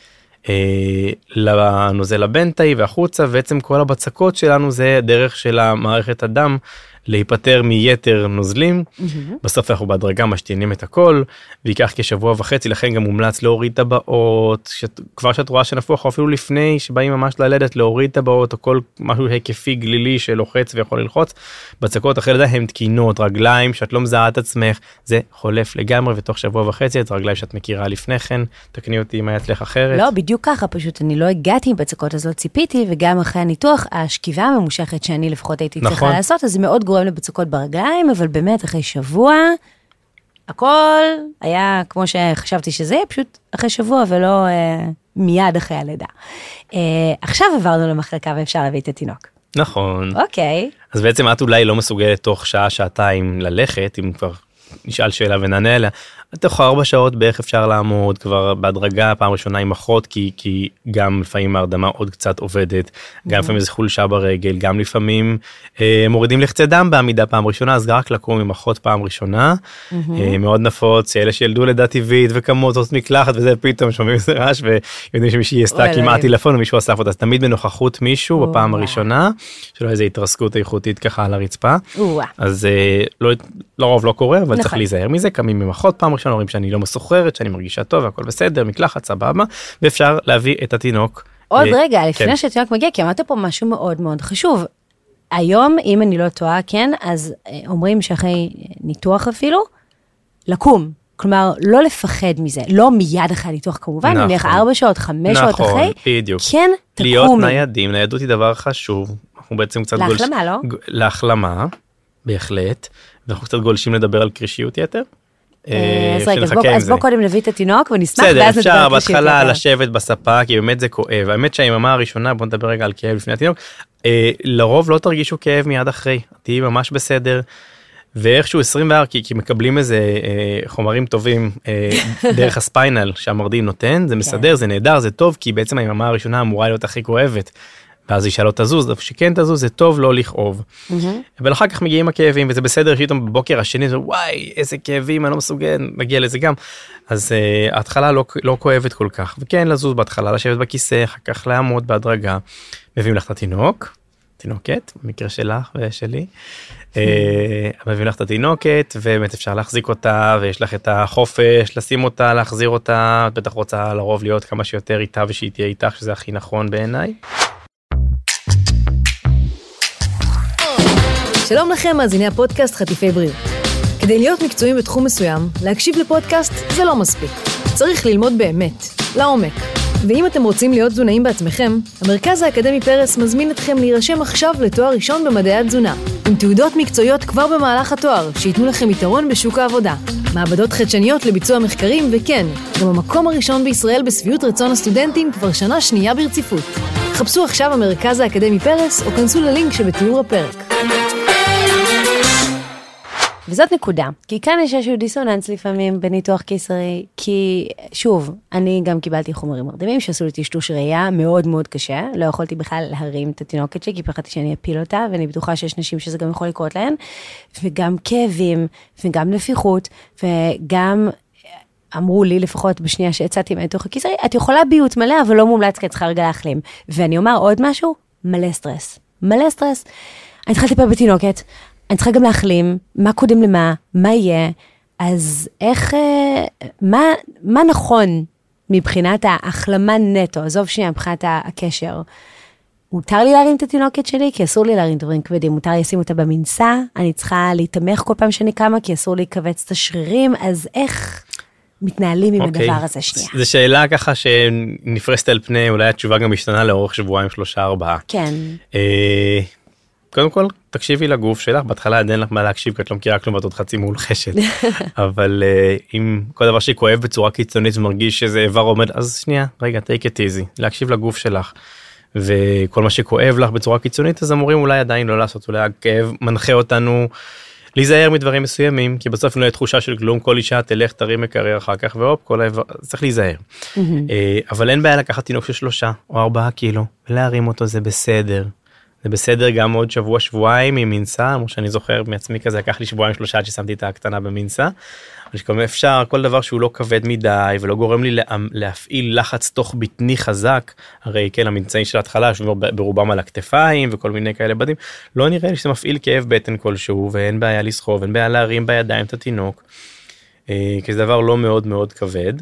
לנוזל הבנטאי והחוצה, ובעצם כל הבצקות שלנו זה דרך של המערכת הדם, להיפטר מיתר נוזלים, בסוף אנחנו בהדרגה משתינים את הכל, ויקח כשבוע וחצי, לכן גם מומלץ להוריד טבעות, כבר שאת רואה שנפוח, או אפילו לפני שבאים ממש ללדת, להוריד טבעות, או כל משהו היקפי גלילי שלוחץ ויכול ללחוץ, בצקות אחרי לידה הן תקינות, רגליים שאת לא מזהה את עצמך, זה חולף לגמרי, ותוך שבוע וחצי, את רגליים שאת מכירה לפני כן, תקני אותי אם היה אצלך אחרת. לא, בדיוק ככה, פשוט אני לא הגעתי עם בצקות, אז לא ציפיתי, וגם אחרי הניתוח, השכיבה הממושכת שאני לפחות הייתי צריכה לעשות, אז זה מאוד גורם לבצקות ברגליים, אבל באמת אחרי שבוע, הכל היה כמו שחשבתי שזה יהיה, פשוט אחרי שבוע ולא אה, מיד אחרי הלידה. אה, עכשיו עברנו למחלקה ואפשר להביא את התינוק. נכון. אוקיי. אז בעצם את אולי לא מסוגלת תוך שעה, שעתיים ללכת, אם כבר נשאל שאלה ונענה אליה, תוך ארבע שעות בערך אפשר לעמוד כבר בהדרגה פעם ראשונה עם אחות, כי, כי גם לפעמים ההרדמה עוד קצת עובדת, גם לפעמים איזה חולשה ברגל, גם לפעמים אה, מורידים לחצי דם בעמידה פעם ראשונה, אז רק לקום עם אחות פעם ראשונה, אה, מאוד נפוץ, אלה שילדו לידה טבעית וקמות, עושות מקלחת וזה פתאום שומעים איזה רעש, ויודעים שמישהי עשתה כמעט טלפון ומישהו אסף אותה, אז תמיד בנוכחות מישהו בפעם הראשונה, שלא איזו התרסקות איכותית ככה על הרצפה, אז אה, לא, לרוב לא קורה, אבל צריך להיזהר מזה, קמים עם אחות פעם ראשונה, אומרים שאני לא מסוחררת, שאני מרגישה טוב, הכל בסדר, מקלחת, סבבה, ואפשר להביא את התינוק. עוד רגע, לפני שהתינוק מגיע, כי אמרת פה משהו מאוד מאוד חשוב. היום, אם אני לא טועה, כן, אז אומרים שאחרי ניתוח אפילו, לקום. כלומר, לא לפחד מזה, לא מיד אחרי הניתוח כמובן, נניח ארבע שעות, חמש שעות אחרי, נכון, בדיוק. כן, תקומי. להיות ניידים, ניידות היא דבר חשוב, אנחנו בעצם קצת גולשים. להחלמה, לא? להחלמה, בהחלט, ואנחנו קצת גולשים לדבר על קרישיות יתר. אז רגע, אז בוא קודם נביא את התינוק ונשמח, ואז נדבר אפשר בהתחלה לשבת בספה, כי באמת זה כואב. האמת שהיממה הראשונה, בוא נדבר רגע על כאב לפני התינוק, לרוב לא תרגישו כאב מיד אחרי, תהיי ממש בסדר, ואיכשהו עשרים וארבע, כי מקבלים איזה חומרים טובים דרך הספיינל שהמרדים נותן, זה מסדר, זה נהדר, זה טוב, כי בעצם היממה הראשונה אמורה להיות הכי כואבת. ואז אישה לא תזוז, שכן תזוז, זה טוב לא לכאוב. אבל אחר כך מגיעים הכאבים, וזה בסדר שאיתם בבוקר השני, זה וואי, איזה כאבים, אני לא מסוגל, נגיע לזה גם. אז uh, ההתחלה לא, לא כואבת כל כך, וכן לזוז בהתחלה, לשבת בכיסא, אחר כך לעמוד בהדרגה, מביאים לך את התינוק, תינוקת, במקרה שלך ושלי, uh, מביאים לך את התינוקת, ובאמת אפשר להחזיק אותה, ויש לך את החופש, לשים אותה, להחזיר אותה, את בטח רוצה לרוב להיות כמה שיותר איתה, ושהיא תהיה איתך, שזה הכי נכון בעיניי. שלום לכם, מאזיני הפודקאסט חטיפי בריאות. כדי להיות מקצועיים בתחום מסוים, להקשיב לפודקאסט זה לא מספיק. צריך ללמוד באמת, לעומק. ואם אתם רוצים להיות תזונאים בעצמכם, המרכז האקדמי פרס מזמין אתכם להירשם עכשיו לתואר ראשון במדעי התזונה, עם תעודות מקצועיות כבר במהלך התואר, שייתנו לכם יתרון בשוק העבודה. מעבדות חדשניות לביצוע מחקרים, וכן, גם המקום הראשון בישראל בסביעות רצון הסטודנטים כבר שנה שנייה ברציפות. חפשו עכשיו המרכז האקדמי פרס, או כנסו ללינק שבתיאור הפרק. וזאת נקודה, כי כאן יש איזשהו דיסוננס לפעמים בניתוח קיסרי, כי שוב, אני גם קיבלתי חומרים מרדימים שעשו לי טשטוש ראייה מאוד מאוד קשה, לא יכולתי בכלל להרים את התינוקת שלי, כי פחדתי שאני אפיל אותה, ואני בטוחה שיש נשים שזה גם יכול לקרות להן, וגם כאבים, וגם נפיחות, וגם אמרו לי לפחות בשנייה שיצאתי מהניתוח הקיסרי, את יכולה ביות מלא, אבל לא מומלץ כי את צריכה רגע להחלים. ואני אומר עוד משהו, מלא סטרס, מלא סטרס. אני צריכה לטפל בתינוקת, אני צריכה גם להחלים, מה קודם למה, מה יהיה, אז איך, מה, מה נכון מבחינת ההחלמה נטו, עזוב שנייה מבחינת הקשר, מותר לי להרים את התינוקת שלי, כי אסור לי להרים דברים כבדים, מותר לי לשים אותה במנסה, אני צריכה להתמך כל פעם שאני קמה, כי אסור לי לקבץ את השרירים, אז איך מתנהלים עם הדבר הזה שנייה? זו שאלה ככה שנפרסת על פני, אולי התשובה גם משתנה לאורך שבועיים, שלושה, ארבעה. כן. קודם כל, תקשיבי לגוף שלך, בהתחלה עדיין לך מה להקשיב, כי את לא מכירה כלום, ואת עוד חצי מולחשת. אבל אם כל דבר שכואב בצורה קיצונית, ומרגיש שזה איבר עומד, אז שנייה, רגע, take it easy, להקשיב לגוף שלך. וכל מה שכואב לך בצורה קיצונית, אז אמורים אולי עדיין לא לעשות, אולי הכאב מנחה אותנו להיזהר מדברים מסוימים, כי בסוף לא יהיה תחושה של כלום, כל אישה תלך, תרים מקרר אחר כך, והופ, כל האיבר, צריך להיזהר. אבל אין בעיה לקחת תינוק של שלושה או ארבעה קילו, ולהרים אותו, זה בסדר. זה בסדר גם עוד שבוע, שבועיים עם מינסה, כמו שאני זוכר מעצמי כזה, לקח לי שבועיים שלושה עד ששמתי את הקטנה במינסה. אבל שכמה אפשר, כל דבר שהוא לא כבד מדי, ולא גורם לי להפעיל לחץ תוך בטני חזק, הרי כן, הממצאים של ההתחלה, ברובם על הכתפיים, וכל מיני כאלה בדים, לא נראה לי שזה מפעיל כאב בטן כלשהו, ואין בעיה לסחוב, אין בעיה להרים בידיים את התינוק, כי זה דבר לא מאוד מאוד כבד.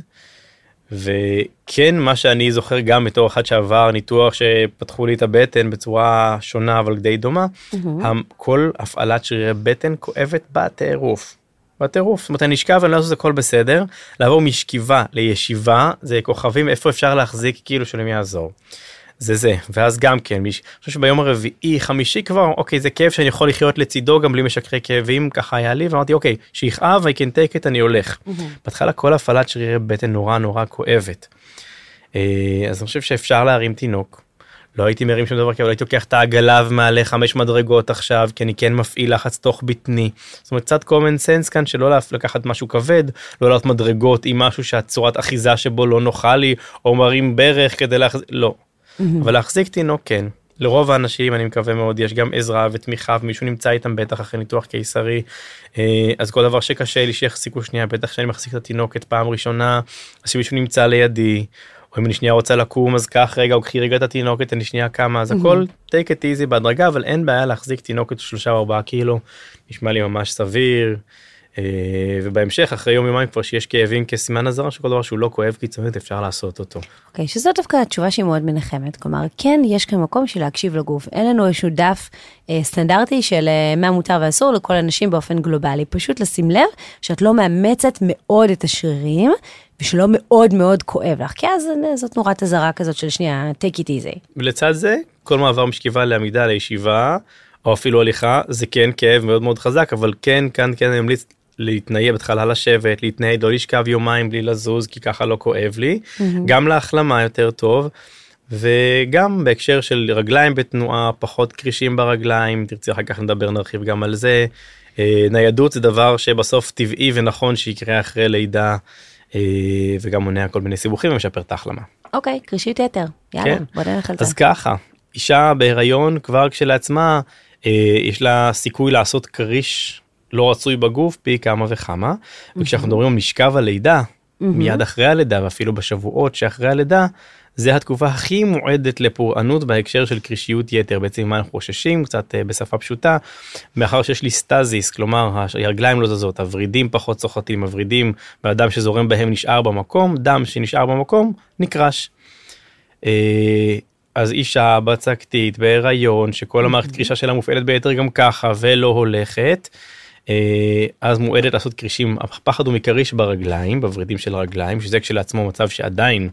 וכן, מה שאני זוכר גם בתור אחד שעבר ניתוח שפתחו לי את הבטן בצורה שונה אבל די דומה, כל הפעלת שרירי בטן כואבת בטירוף. בטירוף, זאת אומרת, אני אשכב ואני לא עושה הכל בסדר, לעבור משכיבה לישיבה, זה כוכבים איפה אפשר להחזיק כאילו שלמי יעזור. זה זה, ואז גם כן, אני חושב שביום הרביעי, חמישי כבר, אוקיי, זה כאב שאני יכול לחיות לצידו גם בלי משקרי כאבים, ככה היה לי, ואמרתי, אוקיי, שיכאב, I can take it, אני הולך. בהתחלה כל הפעלת שרירי בטן נורא נורא כואבת. אז אני חושב שאפשר להרים תינוק. לא הייתי מרים שום דבר, אבל הייתי לוקח את העגלה ומעלה חמש מדרגות עכשיו, כי אני כן מפעיל לחץ תוך בטני. זאת אומרת, קצת common sense כאן, שלא לקחת משהו כבד, לא לעלות מדרגות עם משהו שהצורת אחיזה שבו לא נוחה לי, או מרים ברך כדי להחזיק, לא. אבל להחזיק תינוק כן, לרוב האנשים אני מקווה מאוד יש גם עזרה ותמיכה ומישהו נמצא איתם בטח אחרי ניתוח קיסרי, אז כל דבר שקשה לי שיחזיקו שנייה, בטח שאני מחזיק את התינוקת פעם ראשונה, אז שמישהו נמצא לידי, או אם אני שנייה רוצה לקום אז כך רגע, או קחי רגע את התינוקת, אני שנייה כמה, אז הכל take it easy בהדרגה, אבל אין בעיה להחזיק תינוקת שלושה או ארבעה קילו, נשמע לי ממש סביר. ובהמשך אחרי יום יומיים כבר שיש כאבים כסימן אזהרה שכל דבר שהוא לא כואב קיצונית אפשר לעשות אותו. אוקיי, שזאת דווקא התשובה שהיא מאוד מנחמת, כלומר כן יש כאן מקום של להקשיב לגוף, אין לנו איזשהו דף אה, סטנדרטי של אה, מה מותר ואסור לכל אנשים באופן גלובלי, פשוט לשים לב שאת לא מאמצת מאוד את השרירים ושלא מאוד מאוד כואב לך, כי אז זאת נורת אזהרה כזאת של שנייה, take it easy. ולצד זה כל מעבר משכיבה לעמידה לישיבה או אפילו הליכה זה כן כאב מאוד מאוד חזק, אבל כן כאן כן אני ממליץ להתנייע בתחילה לשבת, להתנייד, לא לשכב יומיים בלי לזוז, כי ככה לא כואב לי. Mm-hmm. גם להחלמה יותר טוב, וגם בהקשר של רגליים בתנועה, פחות קרישים ברגליים, תרצי אחר כך נדבר, נרחיב גם על זה. ניידות זה דבר שבסוף טבעי ונכון שיקרה אחרי לידה, וגם מונע כל מיני סיבוכים ומשפר את ההחלמה. אוקיי, קרישית יתר. יאללה, כן. בוא נלך על זה. אז ככה, אישה בהיריון כבר כשלעצמה, יש לה סיכוי לעשות קריש, לא רצוי בגוף פי כמה וכמה, וכשאנחנו מדברים על משכב הלידה, מיד אחרי הלידה ואפילו בשבועות שאחרי הלידה, זה התקופה הכי מועדת לפורענות בהקשר של קרישיות יתר, בעצם מה אנחנו חוששים, קצת בשפה פשוטה, מאחר שיש לי סטזיס, כלומר הרגליים לא זזות, הורידים פחות סוחטים, הורידים והדם שזורם בהם נשאר במקום, דם שנשאר במקום נקרש. אז אישה בצקתית, בהיריון, שכל המערכת קרישה שלה מופעלת ביתר גם ככה ולא הולכת, אז מועדת לעשות קרישים, הפחד הוא מקריש ברגליים, בוורידים של הרגליים, שזה כשלעצמו מצב שעדיין,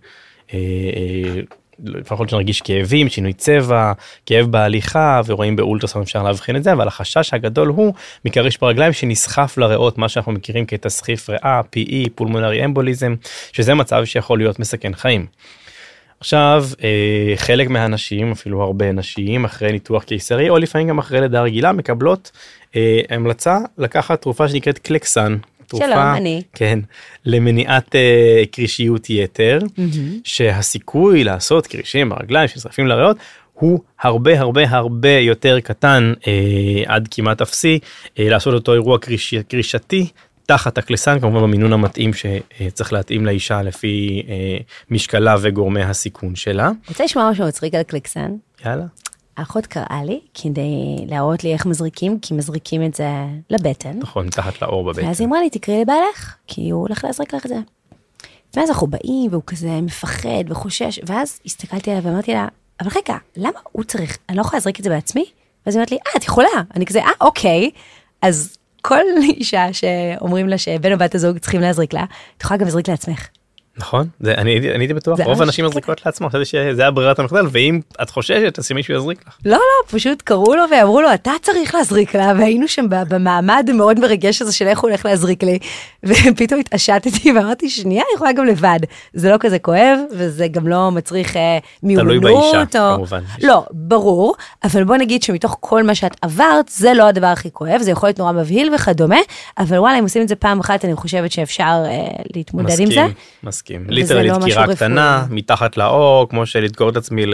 לפחות שנרגיש כאבים, שינוי צבע, כאב בהליכה, ורואים באולטרסאונד אפשר להבחין את זה, אבל החשש הגדול הוא מקריש ברגליים שנסחף לריאות, מה שאנחנו מכירים כתסחיף ריאה, פי אי, פולמונרי אמבוליזם, שזה מצב שיכול להיות מסכן חיים. עכשיו, חלק מהאנשים, אפילו הרבה נשים, אחרי ניתוח קיסרי, או לפעמים גם אחרי לידה רגילה, מקבלות המלצה לקחת תרופה שנקראת קלקסן. תרופה, שלום, אני. כן, למניעת קרישיות יתר, שהסיכוי לעשות קרישים ברגליים שנשרפים לריאות, הוא הרבה הרבה הרבה יותר קטן, עד כמעט אפסי, לעשות אותו אירוע קרישתי, תחת הקלסן, כמובן במינון המתאים שצריך להתאים לאישה לפי משקלה וגורמי הסיכון שלה. רוצה לשמוע משהו מצחיק על קלקסן? יאללה. האחות קראה לי כדי להראות לי איך מזריקים, כי מזריקים את זה לבטן. נכון, תחת לאור בבטן. ואז היא אמרה לי, תקראי לבעלך, כי הוא הולך להזריק לך את זה. ואז אנחנו באים, והוא כזה מפחד וחושש, ואז הסתכלתי עליו ואמרתי לה, אבל רגע, למה הוא צריך? אני לא יכולה להזריק את זה בעצמי? ואז היא אמרת לי, אה, את יכולה. אני כזה, אה, אוקיי. אז כל אישה שאומרים לה שבן או בת הזוג צריכים להזריק לה, את יכולה גם להזריק לעצמך. נכון, זה, אני, אני הייתי בטוח, רוב האנשים מזריקות לעצמו, חשבתי שזה הברירת המחדל, ואם את חוששת, אז שמישהו יזריק לך. לא, לא, פשוט קראו לו ואמרו לו, אתה צריך להזריק לה, והיינו שם במעמד מאוד מרגש הזה של איך הוא הולך להזריק לי, ופתאום התעשתתי ואמרתי, שנייה, אני יכולה גם לבד. זה לא כזה כואב, וזה גם לא מצריך אה, מיומנות. תלוי באישה, או... כמובן. לא, ברור, אבל בוא נגיד שמתוך כל מה שאת עברת, זה לא הדבר הכי כואב, זה יכול להיות נורא מבהיל וכדומה, אבל וואלה, אם עושים את זה פעם אחת, אני חושבת שאפשר אה, להתמודד מסכים, עם זה. מסכים. ליטרלית לא דקירה קטנה, רפואי. מתחת לאור, כמו שלדקור את עצמי ל...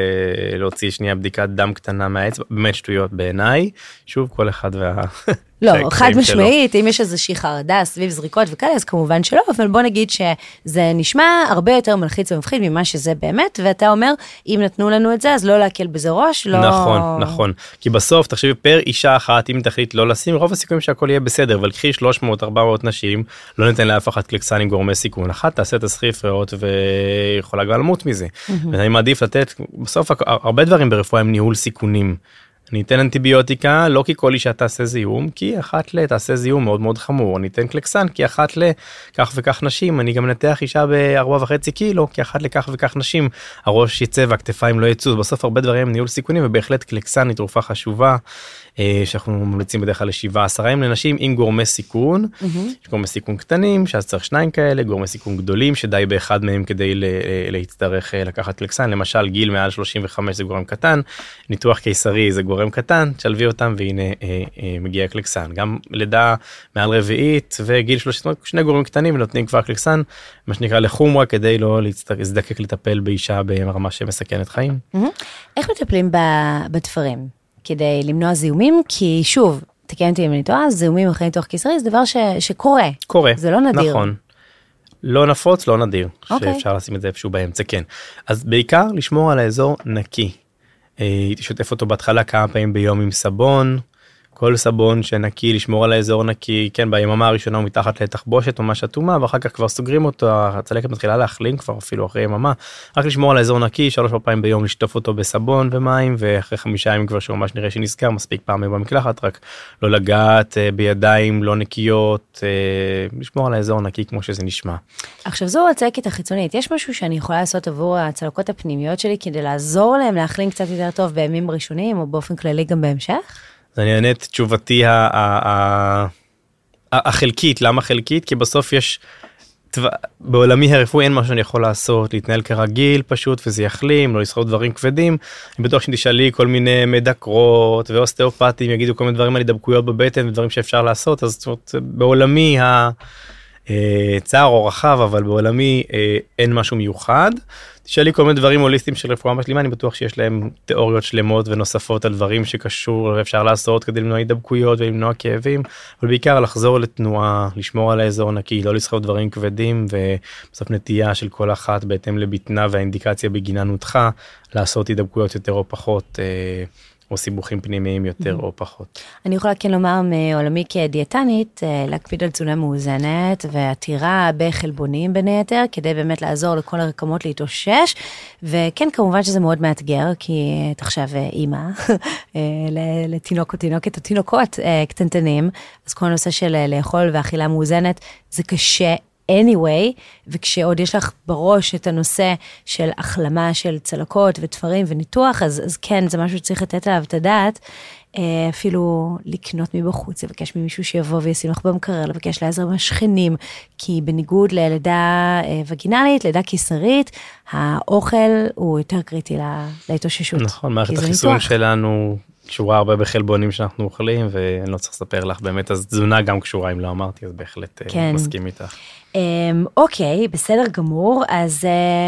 להוציא שנייה בדיקת דם קטנה מהאצבע, באמת שטויות בעיניי. שוב, כל אחד וה... לא, חד משמעית, אם יש איזושהי חרדה סביב זריקות וכאלה, אז כמובן שלא, אבל בוא נגיד שזה נשמע הרבה יותר מלחיץ ומפחיד ממה שזה באמת, ואתה אומר, אם נתנו לנו את זה, אז לא להקל בזה ראש, לא... נכון, נכון. כי בסוף, תחשבי, פר אישה אחת, אם תחליט לא לשים, רוב הסיכויים שהכל יהיה בסדר, אבל קחי שלוש מאות עד ארבע מאות נשים, לא ניתן לאף אחת קלקסן עם גורמי סיכון. אחת תעשה את הסחיף ריאות ויכולה גם למות מזה. ואני מעדיף לתת, בסוף, הרבה דברים ברפואה הם ניהול סיכונים. אני אתן אנטיביוטיקה, לא כי כל אישה תעשה זיהום, כי אחת ל תעשה זיהום מאוד מאוד חמור. אני אתן קלקסן, כי אחת ל כך וכך נשים. אני גם נתח אישה בארבע וחצי קילו, כי אחת לכך וכך נשים. הראש יצא והכתפיים לא יצאו. בסוף הרבה דברים הם ניהול סיכונים, ובהחלט קלקסן היא תרופה חשובה, שאנחנו ממליצים בדרך כלל לשבעה עשרה ימים לנשים עם גורמי סיכון. יש גורמי סיכון קטנים, שאז צריך שניים כאלה, גורמי סיכון גדולים, שדי באחד מהם כדי להצטרך לקחת קלקסן. למשל, גיל מעל שלושים וחמש זה גורם קטן, ניתוח קיסרי זה גורם קטן, תשלבי אותם והנה אה, אה, מגיע קלקסן. גם לידה מעל רביעית וגיל שלושים, שני גורמים קטנים ונותנים כבר קלקסן, מה שנקרא לחומרה, כדי לא להזדקק לטפל באישה ברמה שמסכנת חיים. איך מטפלים בתפרים? כדי למנוע זיהומים, כי שוב, תקן אותי אם אני טועה, זיהומים אחרי ניתוח קיסרי זה דבר ש, שקורה. קורה. זה לא נדיר. נכון. לא נפוץ, לא נדיר. Okay. שאפשר לשים את זה איפשהו באמצע, כן. אז בעיקר לשמור על האזור נקי. הייתי שוטף אותו בהתחלה כמה פעמים ביום עם סבון, כל סבון שנקי, לשמור על האזור נקי, כן, ביממה הראשונה הוא מתחת לתחבושת או משהו אטומה, ואחר כך כבר סוגרים אותו, הצלקת מתחילה להחלים כבר אפילו אחרי יממה, רק לשמור על האזור נקי, שלוש פעמים ביום לשטוף אותו בסבון ומים, ואחרי חמישה ימים כבר שממש נראה שנזכר, מספיק פעמים במקלחת, רק לא לגעת בידיים לא נקיות, לשמור על האזור נקי כמו שזה נשמע. עכשיו זו הצלקת החיצונית, יש משהו שאני יכולה לעשות עבור הצלקות הפנימיות שלי, כדי לעזור להם להחלים קצת יותר טוב בימים ראשונים, או באופן כללי גם בהמשך? אז אני אענה את תשובתי החלקית. למה חלקית? כי בסוף יש, בעולמי הרפואי אין מה שאני יכול לעשות, להתנהל כרגיל פשוט, וזה יחלים, לא לסחוב דברים כבדים. אני בטוח שתשאלי כל מיני מדקרות ואוסטאופטים, יגידו כל מיני דברים על הידבקויות בבטן, ודברים שאפשר לעשות, אז זאת אומרת, בעולמי הצער או רחב, אבל בעולמי אין משהו מיוחד. תשאלי כל מיני דברים הוליסטיים של רפואה משלימה, אני בטוח שיש להם תיאוריות שלמות ונוספות על דברים שקשור ואפשר לעשות כדי למנוע הידבקויות ולמנוע כאבים, אבל בעיקר לחזור לתנועה, לשמור על האזור נקי, לא לסחוב דברים כבדים, ובסוף נטייה של כל אחת בהתאם לבטנה והאינדיקציה בגינה נותחה, לעשות הידבקויות יותר או פחות, או סיבוכים פנימיים יותר או פחות. אני יכולה כן לומר מעולמי כדיאטנית, להקפיד על תזונה מאוזנת, ועתירה בחלבונים בין היתר, כדי באמת לעזור לכל הרקמות להתאושש, וכן כמובן שזה מאוד מאתגר, כי את עכשיו אימא, לתינוק או תינוקת או תינוקות קטנטנים, אז כל הנושא של לאכול ואכילה מאוזנת, זה קשה anyway, וכשעוד יש לך בראש את הנושא של החלמה של צלקות ותפרים וניתוח, אז, אז כן, זה משהו שצריך לתת עליו את הדעת, אפילו לקנות מבחוץ, לבקש ממישהו שיבוא וישים לך במקרר, לבקש לעזר מהשכנים, כי בניגוד ללידה וגינלית, לידה קיסרית, האוכל הוא יותר קריטי להתאוששות. נכון, מערכת החיסון שלנו קשורה הרבה בחלבונים שאנחנו אוכלים, ואני לא צריך לספר לך באמת, אז תזונה גם קשורה, אם לא אמרתי, אז בהחלט כן. מסכים איתך. אוקיי, בסדר גמור, אז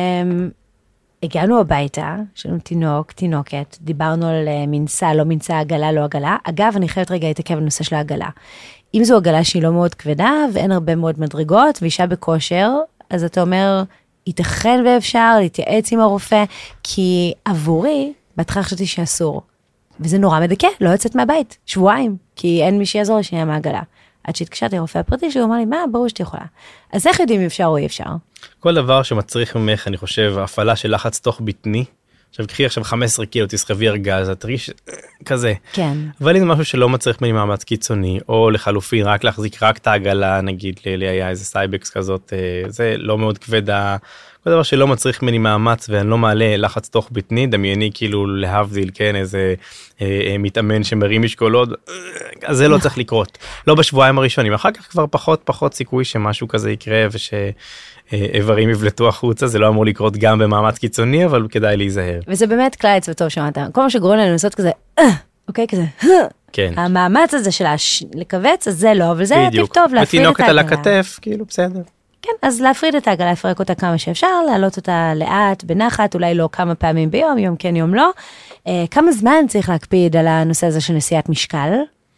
הגענו הביתה, יש לנו תינוק, תינוקת, דיברנו על מנסה, לא מנסה, עגלה, לא עגלה. אגב, אני חייבת רגע להתעכב על נושא של העגלה. אם זו עגלה שהיא לא מאוד כבדה, ואין הרבה מאוד מדרגות, ואישה בכושר, אז אתה אומר, ייתכן ואפשר להתייעץ עם הרופא, כי עבורי, בהתחלה חשבתי שאסור. וזה נורא מדכא, לא יוצאת מהבית, שבועיים, כי אין מי שיעזור לשנייה מהעגלה. עד שהתקשרתי לרופא הפרטי, שהוא אמר לי, מה, ברור שתי יכולה. אז איך יודעים אם אפשר או אי אפשר? כל דבר שמצריך ממך, אני חושב, הפעלה של לחץ תוך בטני, עכשיו קחי עכשיו חמש עשרה קילו, תסחבי ארגז, את תרגיש כזה. כן. אבל אם זה משהו שלא מצריך ממני מאמץ קיצוני, או לחלופין, רק להחזיק רק את העגלה, נגיד, לי היה איזה סייבקס כזאת, זה לא מאוד כבדה, כל דבר שלא מצריך ממני מאמץ, ואני לא מעלה לחץ תוך בטני, דמייני כאילו להבדיל, כן, איזה אה, מתאמן שמרים משקולות, אז זה לא צריך לקרות. לא בשבועיים הראשונים, אחר כך כבר פחות פחות סיכוי שמשהו כזה יקרה, ושאיברים יבלטו החוצה, זה לא אמור לקרות גם במאמץ קיצוני, אבל כדאי להיזהר. וזה באמת כלל אצבע טוב שמעת, כל מה שגורם לנו לעשות כזה, אוקיי, כזה, כן. המאמץ הזה של לקבץ, אז זה לא, אבל זה טיפ טוב, להפריד את העגלה. ותינוקת על הכתף, כאילו, בסדר. כן, אז להפריד את העגלה, לפרק אותה כמה שאפשר, להעלות אותה לאט, בנחת, אולי לא כמה פעמים ביום, יום כן, יום לא. אה, כמה זמן צריך להקפיד על הנושא הזה של נשיאת משקל?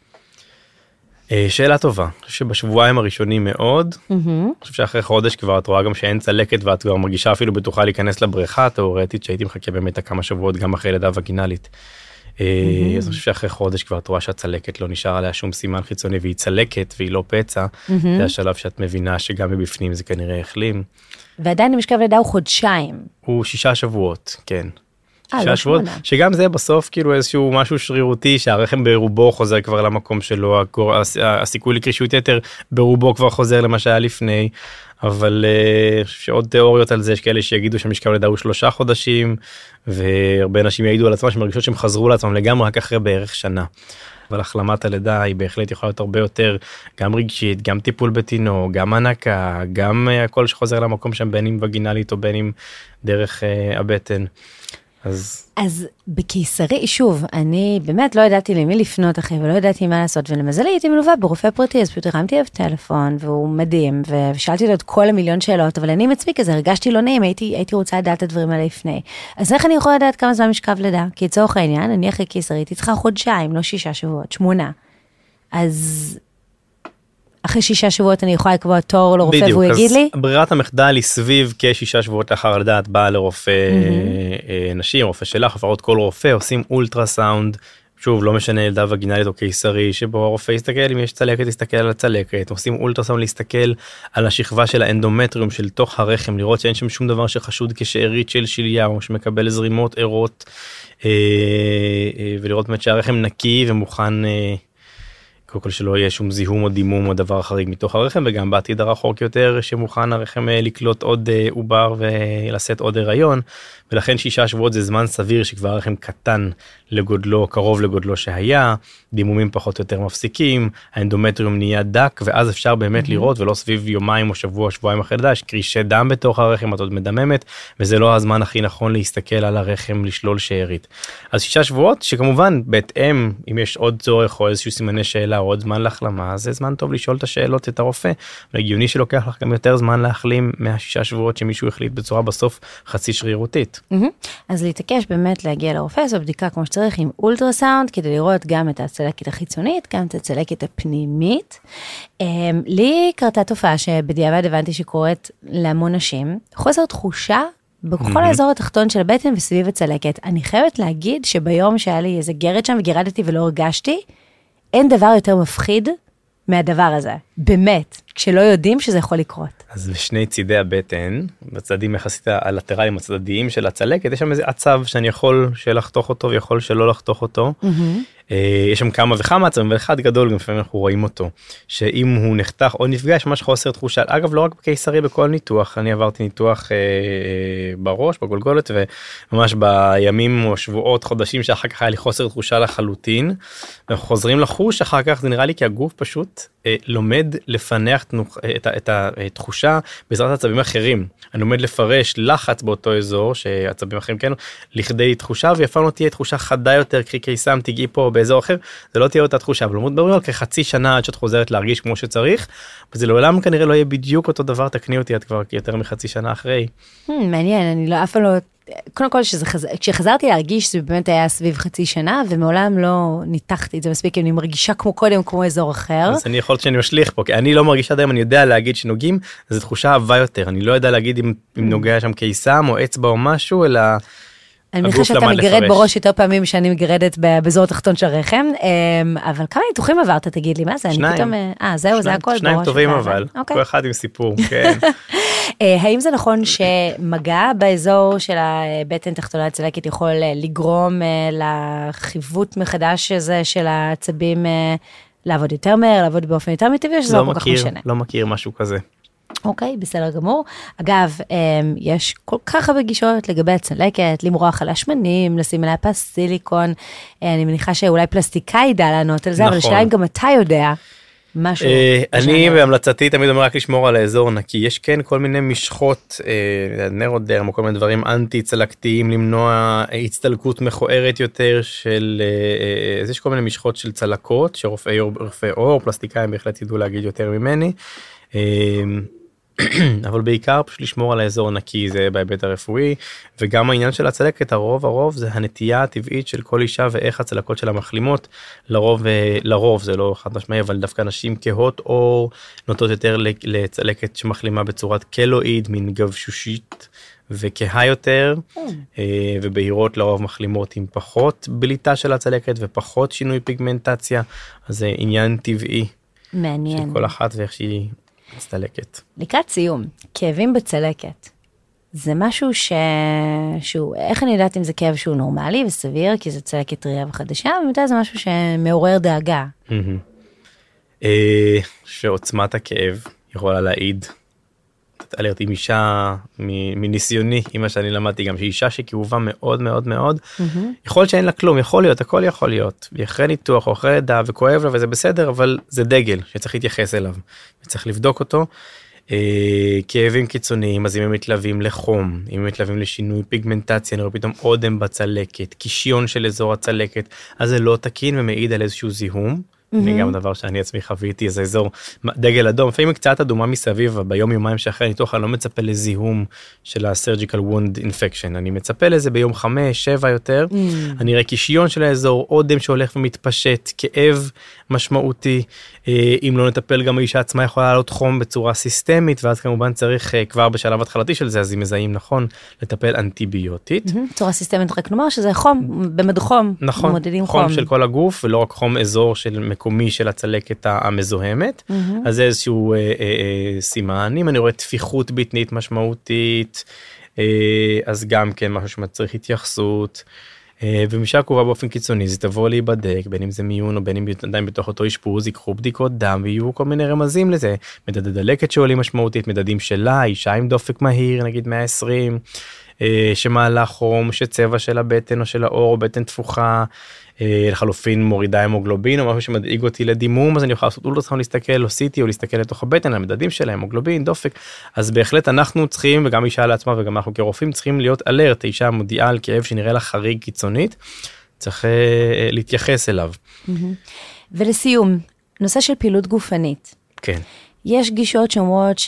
אה, שאלה טובה. אני חושב שבשבועיים הראשונים מאוד, mm-hmm. אני חושב שאחרי חודש כבר את רואה גם שאין צלקת, ואת כבר מרגישה אפילו בטוחה להיכנס לבריכה התיאורטית, שהייתי מחכה באמת כמה שבועות גם אחרי לידה וגינלית. אז אני חושב שאחרי חודש כבר את רואה שהצלקת לא נשאר עליה שום סימן חיצוני, והיא צלקת והיא לא פצע, זה השלב שאת מבינה שגם מבפנים זה כנראה החלים. ועדיין המשכב לידה הוא חודשיים. הוא שישה שבועות, כן. שישה שבועות, שגם זה בסוף כאילו איזשהו משהו שרירותי, שהרחם ברובו חוזר כבר למקום שלו, הסיכוי לקרישיות יתר ברובו כבר חוזר למה שהיה לפני, אבל uh, שעוד תיאוריות על זה, יש כאלה שיגידו שהמשכב לידה הוא שלושה חודשים, והרבה אנשים יעידו על עצמם שמרגישות שהם חזרו לעצמם לגמרי רק אחרי בערך שנה. אבל החלמת הלידה היא בהחלט יכולה להיות הרבה יותר, גם רגשית, גם טיפול בתינוק, גם הנקה, גם uh, הכל שחוזר למקום שם, בין אם וגינלית או בין אם דרך uh, הבטן. אז... אז בקיסרי, שוב, אני באמת לא ידעתי למי לפנות אחי, ולא ידעתי מה לעשות, ולמזלי הייתי מלווה ברופא פרטי, אז פשוט הרמתי אליו טלפון, והוא מדהים, ושאלתי לו את כל המיליון שאלות, אבל אני עם עצמי כזה, הרגשתי לא נעים, הייתי, הייתי רוצה לדעת את הדברים האלה לפני. אז איך אני יכולה לדעת כמה זמן משכב לידה? כי לצורך העניין, אני אחרי קיסרי, הייתי צריכה חודשיים, לא שישה שבועות, שמונה. אז... אחרי שישה שבועות אני יכולה לקבוע תור לרופא והוא יגיד לי? בדיוק, ברירת המחדל היא סביב כשישה שבועות לאחר הלידה, את באה לרופא נשים, רופא שלך, לפחות כל רופא, עושים אולטרסאונד, שוב, לא משנה ילדה וגינלית או קיסרי, שבו הרופא יסתכל, אם יש צלקת, יסתכל על הצלקת, עושים אולטרסאונד להסתכל על השכבה של האנדומטריום של תוך הרחם, לראות שאין שם שום דבר שחשוד כשארית של שליה, או שמקבל זרימות ערות, ולראות באמת שהרחם נקי ומוכן... קודם כל שלא יהיה שום זיהום או דימום או דבר חריג מתוך הרחם, וגם בעתיד הרחוק יותר שמוכן הרחם לקלוט עוד עובר ולשאת עוד הריון, ולכן שישה שבועות זה זמן סביר שכבר הרחם קטן לגודלו, קרוב לגודלו שהיה, דימומים פחות או יותר מפסיקים, האנדומטריום נהיה דק, ואז אפשר באמת mm-hmm. לראות, ולא סביב יומיים או שבוע, שבועיים אחרי לידה, יש קרישי דם בתוך הרחם, את עוד מדממת, וזה לא הזמן הכי נכון להסתכל על הרחם, לשלול שארית. אז שישה שבועות, שכמובן, בהתאם, אם יש עוד צורך או איזשהו סימני שאלה, או עוד זמן להחלמה, זה זמן טוב לשאול את השאלות, את הרופא, והגיוני שלוקח לך גם יותר זמן להחלים מהשישה שבועות שמישהו החליט בצורה בסוף חצי שרירותית. אז להתעקש באמת להגיע לרופא, זו בדיקה כמו שצריך עם אולטרסאונד, כדי לראות גם את הצלקת החיצונית, גם את הצלקת הפנימית. לי קרתה תופעה שבדיעבד הבנתי שקורית להמון נשים, חוסר תחושה בכל האזור התחתון של הבטן וסביב הצלקת. אני חייבת להגיד שביום שהיה לי איזה גרד שם וגירדתי ולא הרגשתי, אין דבר יותר מפחיד מהדבר הזה. באמת, כשלא יודעים שזה יכול לקרות. אז בשני צידי הבטן, בצדדים יחסית הלטרליים, הצדדיים של הצלקת, יש שם איזה עצב שאני יכול שלחתוך אותו ויכול שלא לחתוך אותו. Mm-hmm. יש שם כמה וכמה עצבים, ואחד גדול, גם לפעמים אנחנו רואים אותו, שאם הוא נחתך או נפגע, יש ממש חוסר תחושה. אגב, לא רק בקיסרי, בכל ניתוח. אני עברתי ניתוח אה, בראש, בגולגולת, וממש בימים או שבועות, חודשים, שאחר כך היה לי חוסר תחושה לחלוטין. ואנחנו חוזרים לחוש, אחר כך זה נראה לי כי הגוף פשוט אה, לומד לפנח תנוח, את, את התחושה בעזרת עצבים אחרים. אני לומד לפרש לחץ באותו אזור, שעצבים אחרים כן, לכדי תחושה, ויפה לא תהיה תחושה חדה יותר, קחי קיסם, תגיעי פה באזור אחר, זה לא תהיה אותה תחושה, אבל לא מדברים על כחצי שנה עד שאת חוזרת להרגיש כמו שצריך, וזה לעולם כנראה לא יהיה בדיוק אותו דבר, תקני אותי, את כבר יותר מחצי שנה אחרי. מעניין, אני לא, אף פעם לא, קודם כל, כשחזרתי להרגיש, זה באמת היה סביב חצי שנה, ומעולם לא ניתחתי את זה מספיק, אני מרגישה כמו קודם, כמו אזור אחר. אז אני יכול להיות שאני משליך פה, כי אני לא מרגישה עדיין, אני יודע להגיד שנוגעים, זו תחושה אהבה יותר, אני לא יודע להגיד אם, אם נוגע שם קיסם או אצבע או משהו, אלא אני מניחה שאתה מגרד בראש יותר פעמים שאני מגרדת באזור התחתון של הרחם, אבל כמה ניתוחים עברת, תגיד לי, מה זה? שניים. אה, זהו, זה הכל בראש. שניים טובים אבל, כל אחד עם סיפור, כן. האם זה נכון שמגע באזור של הבטן תחתונה הצלקת יכול לגרום לחיווט מחדש הזה של העצבים לעבוד יותר מהר, לעבוד באופן יותר מיטבי, או שזה לא כל כך משנה? לא מכיר משהו כזה. אוקיי, בסדר גמור. אגב, יש כל כך הרבה גישות לגבי הצלקת, למרוח על השמנים, לשים עליה פס סיליקון, אני מניחה שאולי פלסטיקאי ידע לענות על זה, אבל השאלה אם גם אתה יודע משהו. אני בהמלצתי תמיד אומר רק לשמור על האזור נקי, יש כן כל מיני משחות, נרודרם או כל מיני דברים אנטי צלקתיים, למנוע הצטלקות מכוערת יותר של, אז יש כל מיני משחות של צלקות, שרופאי עור, פלסטיקאים בהחלט ידעו להגיד יותר ממני, אבל בעיקר פשוט לשמור על האזור נקי, זה בהיבט הרפואי, וגם העניין של הצלקת, הרוב הרוב זה הנטייה הטבעית של כל אישה ואיך הצלקות של המחלימות, לרוב, לרוב זה לא חד משמעי, אבל דווקא נשים כהות אור נוטות יותר לצלקת שמחלימה בצורת קלואיד, מין גבשושית וכהה יותר, ובהירות לרוב מחלימות עם פחות בליטה של הצלקת ופחות שינוי פיגמנטציה, אז זה עניין טבעי. מעניין. של כל אחת ואיך שהיא מצטלקת. לקראת סיום, כאבים בצלקת, זה משהו ש... שהוא, איך אני יודעת אם זה כאב שהוא נורמלי וסביר, כי זה צלקת טריה וחדשה, ומתי זה משהו שמעורר דאגה? שעוצמת הכאב יכולה להעיד. אלרט עם אישה, מניסיוני, עם מה שאני למדתי גם, שאישה שכאובה מאוד מאוד מאוד, יכול להיות שאין לה כלום, יכול להיות, הכל יכול להיות, אחרי ניתוח או אחרי לידה וכואב לה וזה בסדר, אבל זה דגל שצריך להתייחס אליו, וצריך לבדוק אותו. כאבים קיצוניים, אז אם הם מתלווים לחום, אם הם מתלווים לשינוי פיגמנטציה, נראה פתאום אודם בצלקת, קישיון של אזור הצלקת, אז זה לא תקין ומעיד על איזשהו זיהום. אני גם דבר שאני עצמי חוויתי, איזה אזור דגל אדום, לפעמים קצת אדומה מסביב, ביום יומיים שאחרי הניתוח אני לא מצפה לזיהום של ה-surgical wound infection, אני מצפה לזה ביום חמש, שבע יותר, אני רואה קישיון של האזור, אודם שהולך ומתפשט, כאב משמעותי, אם לא נטפל גם האישה עצמה יכולה לעלות חום בצורה סיסטמית, ואז כמובן צריך כבר בשלב התחלתי של זה, אז אם מזהים נכון, לטפל אנטיביוטית. צורה סיסטמית רק נאמר שזה חום, במד חום, נכון, חום של כל הגוף, ולא רק חום אזור של מקומי של הצלקת המזוהמת, אז זה איזשהו סימן. אם אני רואה תפיחות בטנית משמעותית, אז גם כן משהו שמצריך התייחסות, ומשעה כאובה באופן קיצוני, זה תבוא להיבדק, בין אם זה מיון או בין אם עדיין בתוך אותו אשפוז, ייקחו בדיקות דם ויהיו כל מיני רמזים לזה, מדד דלקת שעולים משמעותית, מדדים שלה, אישה עם דופק מהיר, נגיד מאה ועשרים, שמעלה חום, שצבע של הבטן או של האור, או בטן תפוחה, לחלופין מורידה המוגלובין, או משהו שמדאיג אותי לדימום, אז אני יכול לעשות אולטרסאונד להסתכל, או סיטי, או להסתכל לתוך הבטן, על המדדים שלהם, המוגלובין, דופק, אז בהחלט אנחנו צריכים, וגם אישה לעצמה, וגם אנחנו כרופאים, צריכים להיות אלרט, האישה מודיעה על כאב שנראה לה חריג קיצונית, צריך להתייחס אליו. ולסיום, נושא של פעילות גופנית. כן. יש גישות שאומרות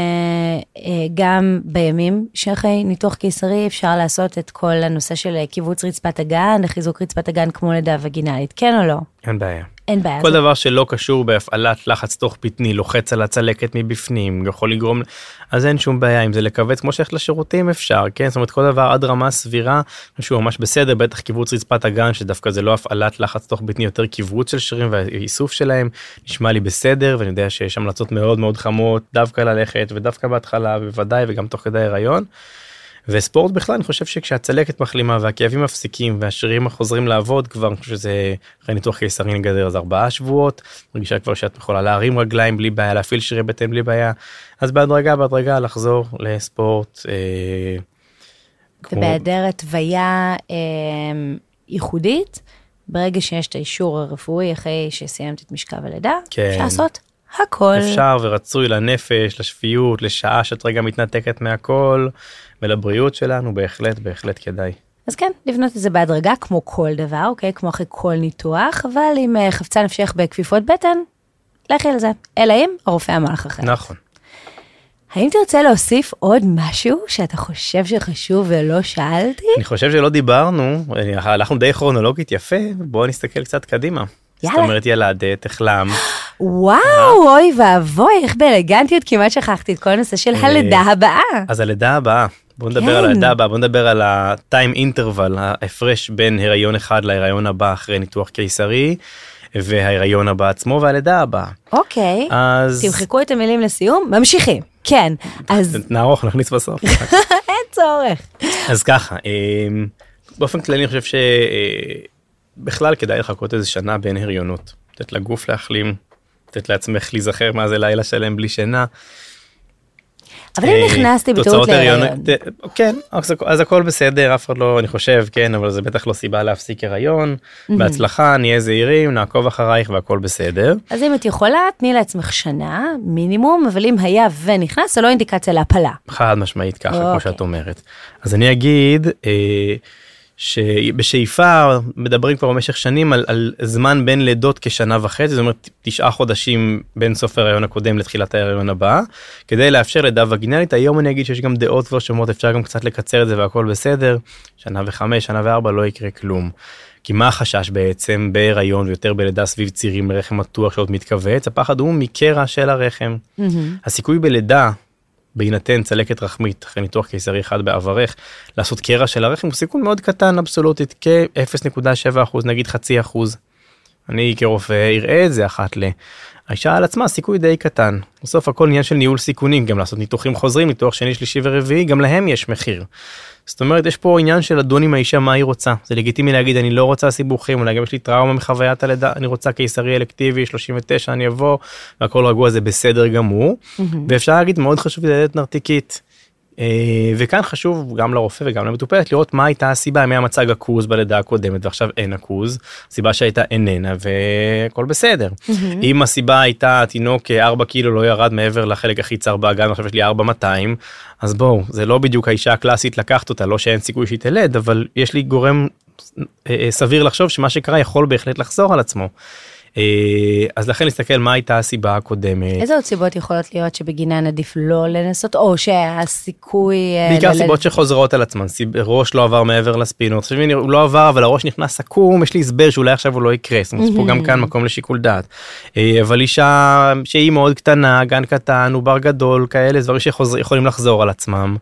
שגם בימים שאחרי ניתוח קיסרי אפשר לעשות את כל הנושא של קיבוץ רצפת הגן, לחיזוק רצפת הגן כמו לידה וגינלית, כן או לא? אין בעיה. אין בעיה. כל דבר שלא קשור בהפעלת לחץ תוך בטני, לוחץ על הצלקת מבפנים, יכול לגרום, אז אין שום בעיה, אם זה לקבץ, כמו שהלכת לשירותים אפשר, כן? זאת אומרת, כל דבר עד רמה סבירה, שהוא ממש בסדר, בטח קיבוץ רצפת הגן, שדווקא זה לא הפעלת לחץ תוך בטני, יותר קיבוץ של שרירים והאיסוף שלהם, נשמע לי בסדר, ואני יודע שיש המלצות מאוד מאוד חמות, דווקא ללכת, ודווקא בהתחלה, בוודאי, וגם תוך כדי הריון. וספורט בכלל, אני חושב שכשהצלקת מחלימה והכאבים מפסיקים והשרירים חוזרים לעבוד כבר, אני חושב שזה אחרי ניתוח קיסרי נגדר אז ארבעה שבועות, מרגישה כבר שאת יכולה להרים רגליים בלי בעיה, להפעיל שרירי בטן בלי בעיה, אז בהדרגה, בהדרגה לחזור לספורט. אה, ובהיעדר התוויה אה, ייחודית, ברגע שיש את האישור הרפואי אחרי שסיימת את משכב הלידה, כן. אפשר לעשות הכל. אפשר ורצוי לנפש, לשפיות, לשעה שאת רגע מתנתקת מהכל, ולבריאות שלנו, בהחלט, בהחלט כדאי. אז כן, לבנות את זה בהדרגה, כמו כל דבר, אוקיי? כמו אחרי כל ניתוח, אבל אם חפצה נפשך בכפיפות בטן, לכי על זה. אלא אם הרופא אמר לך אחרת. נכון. האם תרצה להוסיף עוד משהו שאתה חושב שחשוב ולא שאלתי? אני חושב שלא דיברנו, הלכנו די כרונולוגית יפה, בואו נסתכל קצת קדימה. יאללה. זאת אומרת ילדת, החלם. וואו, אוי ואבוי, איך באלגנטיות כמעט שכחתי את כל הנושא של הלידה הבאה. אז הלידה הבאה, בוא נדבר על הלידה הבאה, בוא נדבר על ה-time interval, ההפרש בין הריון אחד להיריון הבא אחרי ניתוח קיסרי, וההיריון הבא עצמו והלידה הבאה. אוקיי, אז... תמחקו את המילים לסיום, ממשיכים. כן, אז... נערוך, נכניס בסוף. אין צורך. אז ככה, באופן כללי אני חושב שבכלל כדאי לחכות איזה שנה בין הריונות. לתת לגוף להחלים, לתת לעצמך להיזכר מה זה לילה שלם בלי שינה. אבל אם נכנסתי בטעות להיריון. כן, אז הכל בסדר, אף אחד לא, אני חושב, כן, אבל זה בטח לא סיבה להפסיק הריון. בהצלחה, נהיה זהירים, נעקוב אחרייך והכל בסדר. אז אם את יכולה, תני לעצמך שנה, מינימום, אבל אם היה ונכנס, זה לא אינדיקציה להפלה. חד משמעית ככה, כמו שאת אומרת. אז אני אגיד, שבשאיפה מדברים כבר במשך שנים על, על זמן בין לידות כשנה וחצי, זאת אומרת תשעה חודשים בין סוף ההיריון הקודם לתחילת ההיריון הבא, כדי לאפשר לידה וגינלית. היום אני אגיד שיש גם דעות כבר שאומרות אפשר גם קצת לקצר את זה והכל בסדר, שנה וחמש, שנה וארבע לא יקרה כלום. כי מה החשש בעצם בהיריון ויותר בלידה סביב צירים לרחם מתוח שעוד מתכווץ? הפחד הוא מקרע של הרחם. Mm-hmm. הסיכוי בלידה, בהינתן צלקת רחמית אחרי ניתוח קיסרי אחד בעברך, לעשות קרע של הרחם הוא סיכון מאוד קטן אבסולוטית, כ-אפס נקודה שבע אחוז, נגיד חצי אחוז. אני כרופא אראה את זה אחת ל... האישה על עצמה סיכוי די קטן. בסוף הכל עניין של ניהול סיכונים, גם לעשות ניתוחים חוזרים, ניתוח שני, שלישי ורביעי, גם להם יש מחיר. זאת אומרת, יש פה עניין של לדון עם האישה מה היא רוצה. זה לגיטימי להגיד, אני לא רוצה סיבוכים, אולי גם יש לי טראומה מחוויית הלידה, אני רוצה קיסרי אלקטיבי, שלושים ותשע, אני אבוא, והכל רגוע, זה בסדר גמור. ואפשר להגיד, מאוד חשוב לילדת נרתיקית. וכאן חשוב גם לרופא וגם למטופלת לראות מה הייתה הסיבה, אם היה מצג עכוז בלידה הקודמת ועכשיו אין עכוז, הסיבה שהייתה איננה והכל בסדר. אם הסיבה הייתה התינוק ארבע קילו לא ירד מעבר לחלק הכי צר באגן, עכשיו יש לי ארבע מאתיים, אז בואו, זה לא בדיוק האישה הקלאסית לקחת אותה, לא שאין סיכוי שהיא תלד, אבל יש לי גורם סביר לחשוב שמה שקרה יכול בהחלט לחזור על עצמו. אז לכן נסתכל מה הייתה הסיבה הקודמת. איזה עוד סיבות יכולות להיות שבגינן עדיף לא לנסות, או שהסיכוי... בעיקר סיבות שחוזרות על עצמן, ראש לא עבר מעבר לספינות, הוא לא עבר אבל הראש נכנס עקום, יש לי הסבר שאולי עכשיו הוא לא יקרה, זאת אומרת, פה גם כאן מקום לשיקול דעת. אבל אישה שהיא מאוד קטנה, גן קטן, עובר גדול, כאלה דברים שיכולים לחזור על עצמם,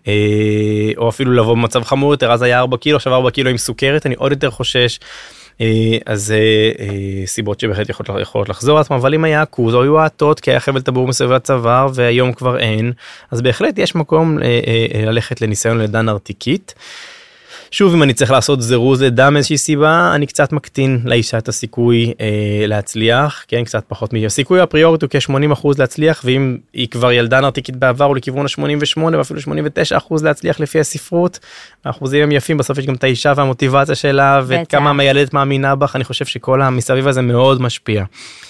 או אפילו לבוא במצב חמור יותר, אז היה ארבע קילו, עכשיו ארבע קילו עם סוכרת, אני עוד יותר חושש. אז סיבות שבהחלט יכולות, יכולות לחזור לעצמם, אבל אם היה עכוז או היו העטות כי היה חבל טבור מסביב הצוואר והיום כבר אין, אז בהחלט יש מקום ללכת לניסיון לידה נרתיקית. שוב, אם אני צריך לעשות זירוז לידה מאיזושהי סיבה, אני קצת מקטין לאישה את הסיכוי אה, להצליח, כן, קצת פחות מזה. הסיכוי הפריורית הוא כ-שמונים אחוז להצליח, ואם היא כבר ילדה נרתיקית בעבר, הוא לכיוון ה-שמונים ושמונה ואפילו שמונים ותשע אחוז להצליח לפי הספרות. האחוזים הם יפים, בסוף יש גם את האישה והמוטיבציה שלה, וכמה המילדת מאמינה בך, אני חושב שכל המסביב הזה מאוד משפיע.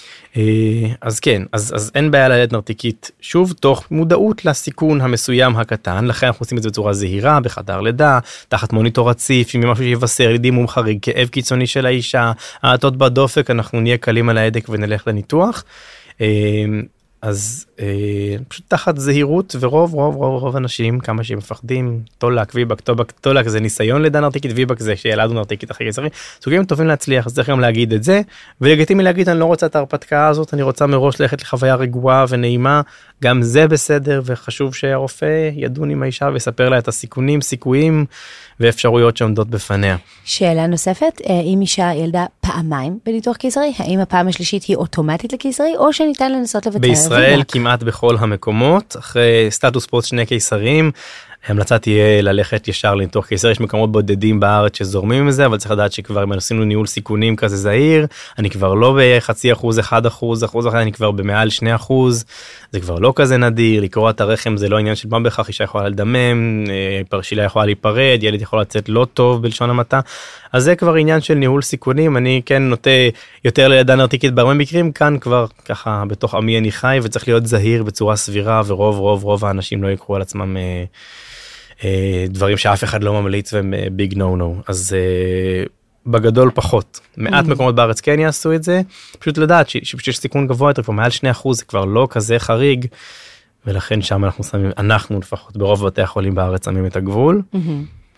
אז כן, אז, אז אין בעיה לילד נרתיקית, שוב, תוך מודעות לסיכון המסוים הקטן, לכן אנחנו עושים את זה בצורה זהירה, בחדר לידה, תחת מוניטור רציף, עם משהו שיבשר, דימום חריג, כאב קיצוני של האישה, העטות בדופק, אנחנו נהיה קלים על ההדק ונלך לניתוח. אז אה, פשוט תחת זהירות, ורוב רוב רוב רוב אנשים, כמה שהם מפחדים, טולק, ויבק, טולק, טולק זה ניסיון לידה נרתיקית, ויבק זה שילדנו נרתיקית אחרי קיסרי, סוגים טובים להצליח, אז צריך גם להגיד את זה, ולגיטימי להגיד, אני לא רוצה את ההרפתקה הזאת, אני רוצה מראש ללכת לחוויה רגועה ונעימה, גם זה בסדר, וחשוב שהרופא ידון עם האישה ויספר לה את הסיכונים, סיכויים ואפשרויות שעומדות בפניה. שאלה נוספת, אם אישה ילדה פעמיים בניתוח קיסרי, האם הפעם השלישית היא אוטומטית לקיסרי, או שניתן לנסות לבצע? בישראל כמעט בכל המקומות, אחרי סטטוס פוסט שני קיסרים, ההמלצה תהיה ללכת ישר לניתוח קיסרי, יש מקומות בודדים בארץ שזורמים עם זה, אבל צריך לדעת שכבר אם עשינו ניהול סיכונים כזה זהיר, אני כבר לא בחצי אחוז, אחד אחוז, אחוז אחר, אני כבר במעל שני אחוז, זה כבר לא כזה נדיר, לקרוע את הרחם זה לא עניין של מה בכך, אישה יכולה לדמם, פרשילה יכולה להיפרד, ילד יכול לצאת לא טוב בלשון המעטה, אז זה כבר עניין של ניהול סיכונים, אני כן נוטה יותר ללידה נרתיקית בהרבה מקרים, כאן כבר ככה בתוך עמי אני חי, וצריך להיות זהיר בצורה סבירה, ורוב רוב רוב האנשים לא יקרו על עצמם אה, אה, דברים שאף אחד לא ממליץ והם ביג נו נו, אז אה, בגדול פחות, מעט mm-hmm. מקומות בארץ כן יעשו את זה, פשוט לדעת שיש סיכון גבוה יותר, כבר מעל שני אחוז, זה כבר לא כזה חריג, ולכן שם אנחנו שמים, אנחנו לפחות ברוב בתי החולים בארץ שמים את הגבול. Mm-hmm.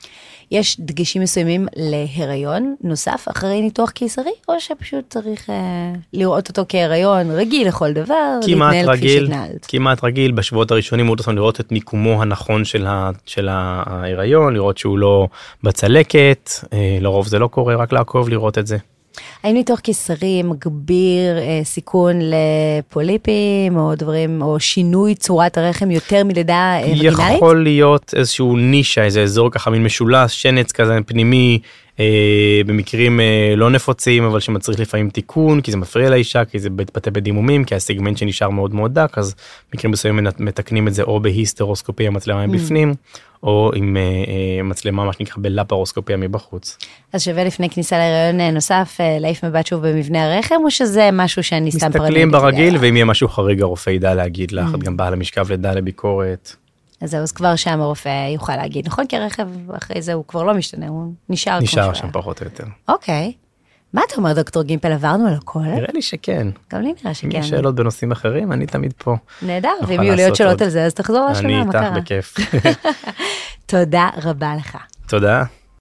יש דגשים מסוימים להיריון נוסף אחרי ניתוח קיסרי, או שפשוט צריך אה, לראות אותו כהיריון רגיל לכל דבר, להתנהל רגיל, כפי שהתנהלת? כמעט רגיל, בשבועות הראשונים הוא רוצה לראות את מיקומו הנכון של, ה, של ההיריון, לראות שהוא לא בצלקת, אה, לרוב זה לא קורה, רק לעקוב לראות את זה. האם ניתוח קיסרי מגביר אה, סיכון לפוליפים או דברים, או שינוי צורת הרחם יותר מלידה אה, וגינלית? יכול להיות איזשהו נישה, איזה אזור ככה מין משולש, שנץ כזה פנימי, אה, במקרים אה, לא נפוצים, אבל שמצריך לפעמים תיקון, כי זה מפריע לאישה, כי זה מתבטא בדימומים, כי הסגמנט שנשאר מאוד מאוד דק, אז מקרים מסוימים מתקנים את זה או בהיסטרוסקופיה מצלמה מבפנים, או עם אה, אה, מצלמה, מה שנקרא בלפרוסקופיה מבחוץ. אז שווה לפני כניסה להיריון נוסף, להעיף מבט שוב במבנה הרחם, או שזה משהו שאני סתם פרמדיק? מסתכלים ברגיל, ואם יהיה משהו חריג, הרופא ידע להגיד לך, את גם באה למשכב לידה לביקורת. אז זהו, אז כבר שם הרופא יוכל להגיד, נכון? כי הרכב אחרי זה הוא כבר לא משתנה, הוא נשאר כמו שהוא. נשאר שם פחות או יותר. אוקיי. מה אתה אומר, דוקטור גימפל, עברנו על הכל? נראה לי שכן. גם לי נראה שכן. אם יש שאלות בנושאים אחרים, אני תמיד פה. נהדר, ואם יהיו לי עוד שאלות על זה, אז תחזור לשנה, מה קרה? אני איתך בכיף. תודה רבה לך. תודה.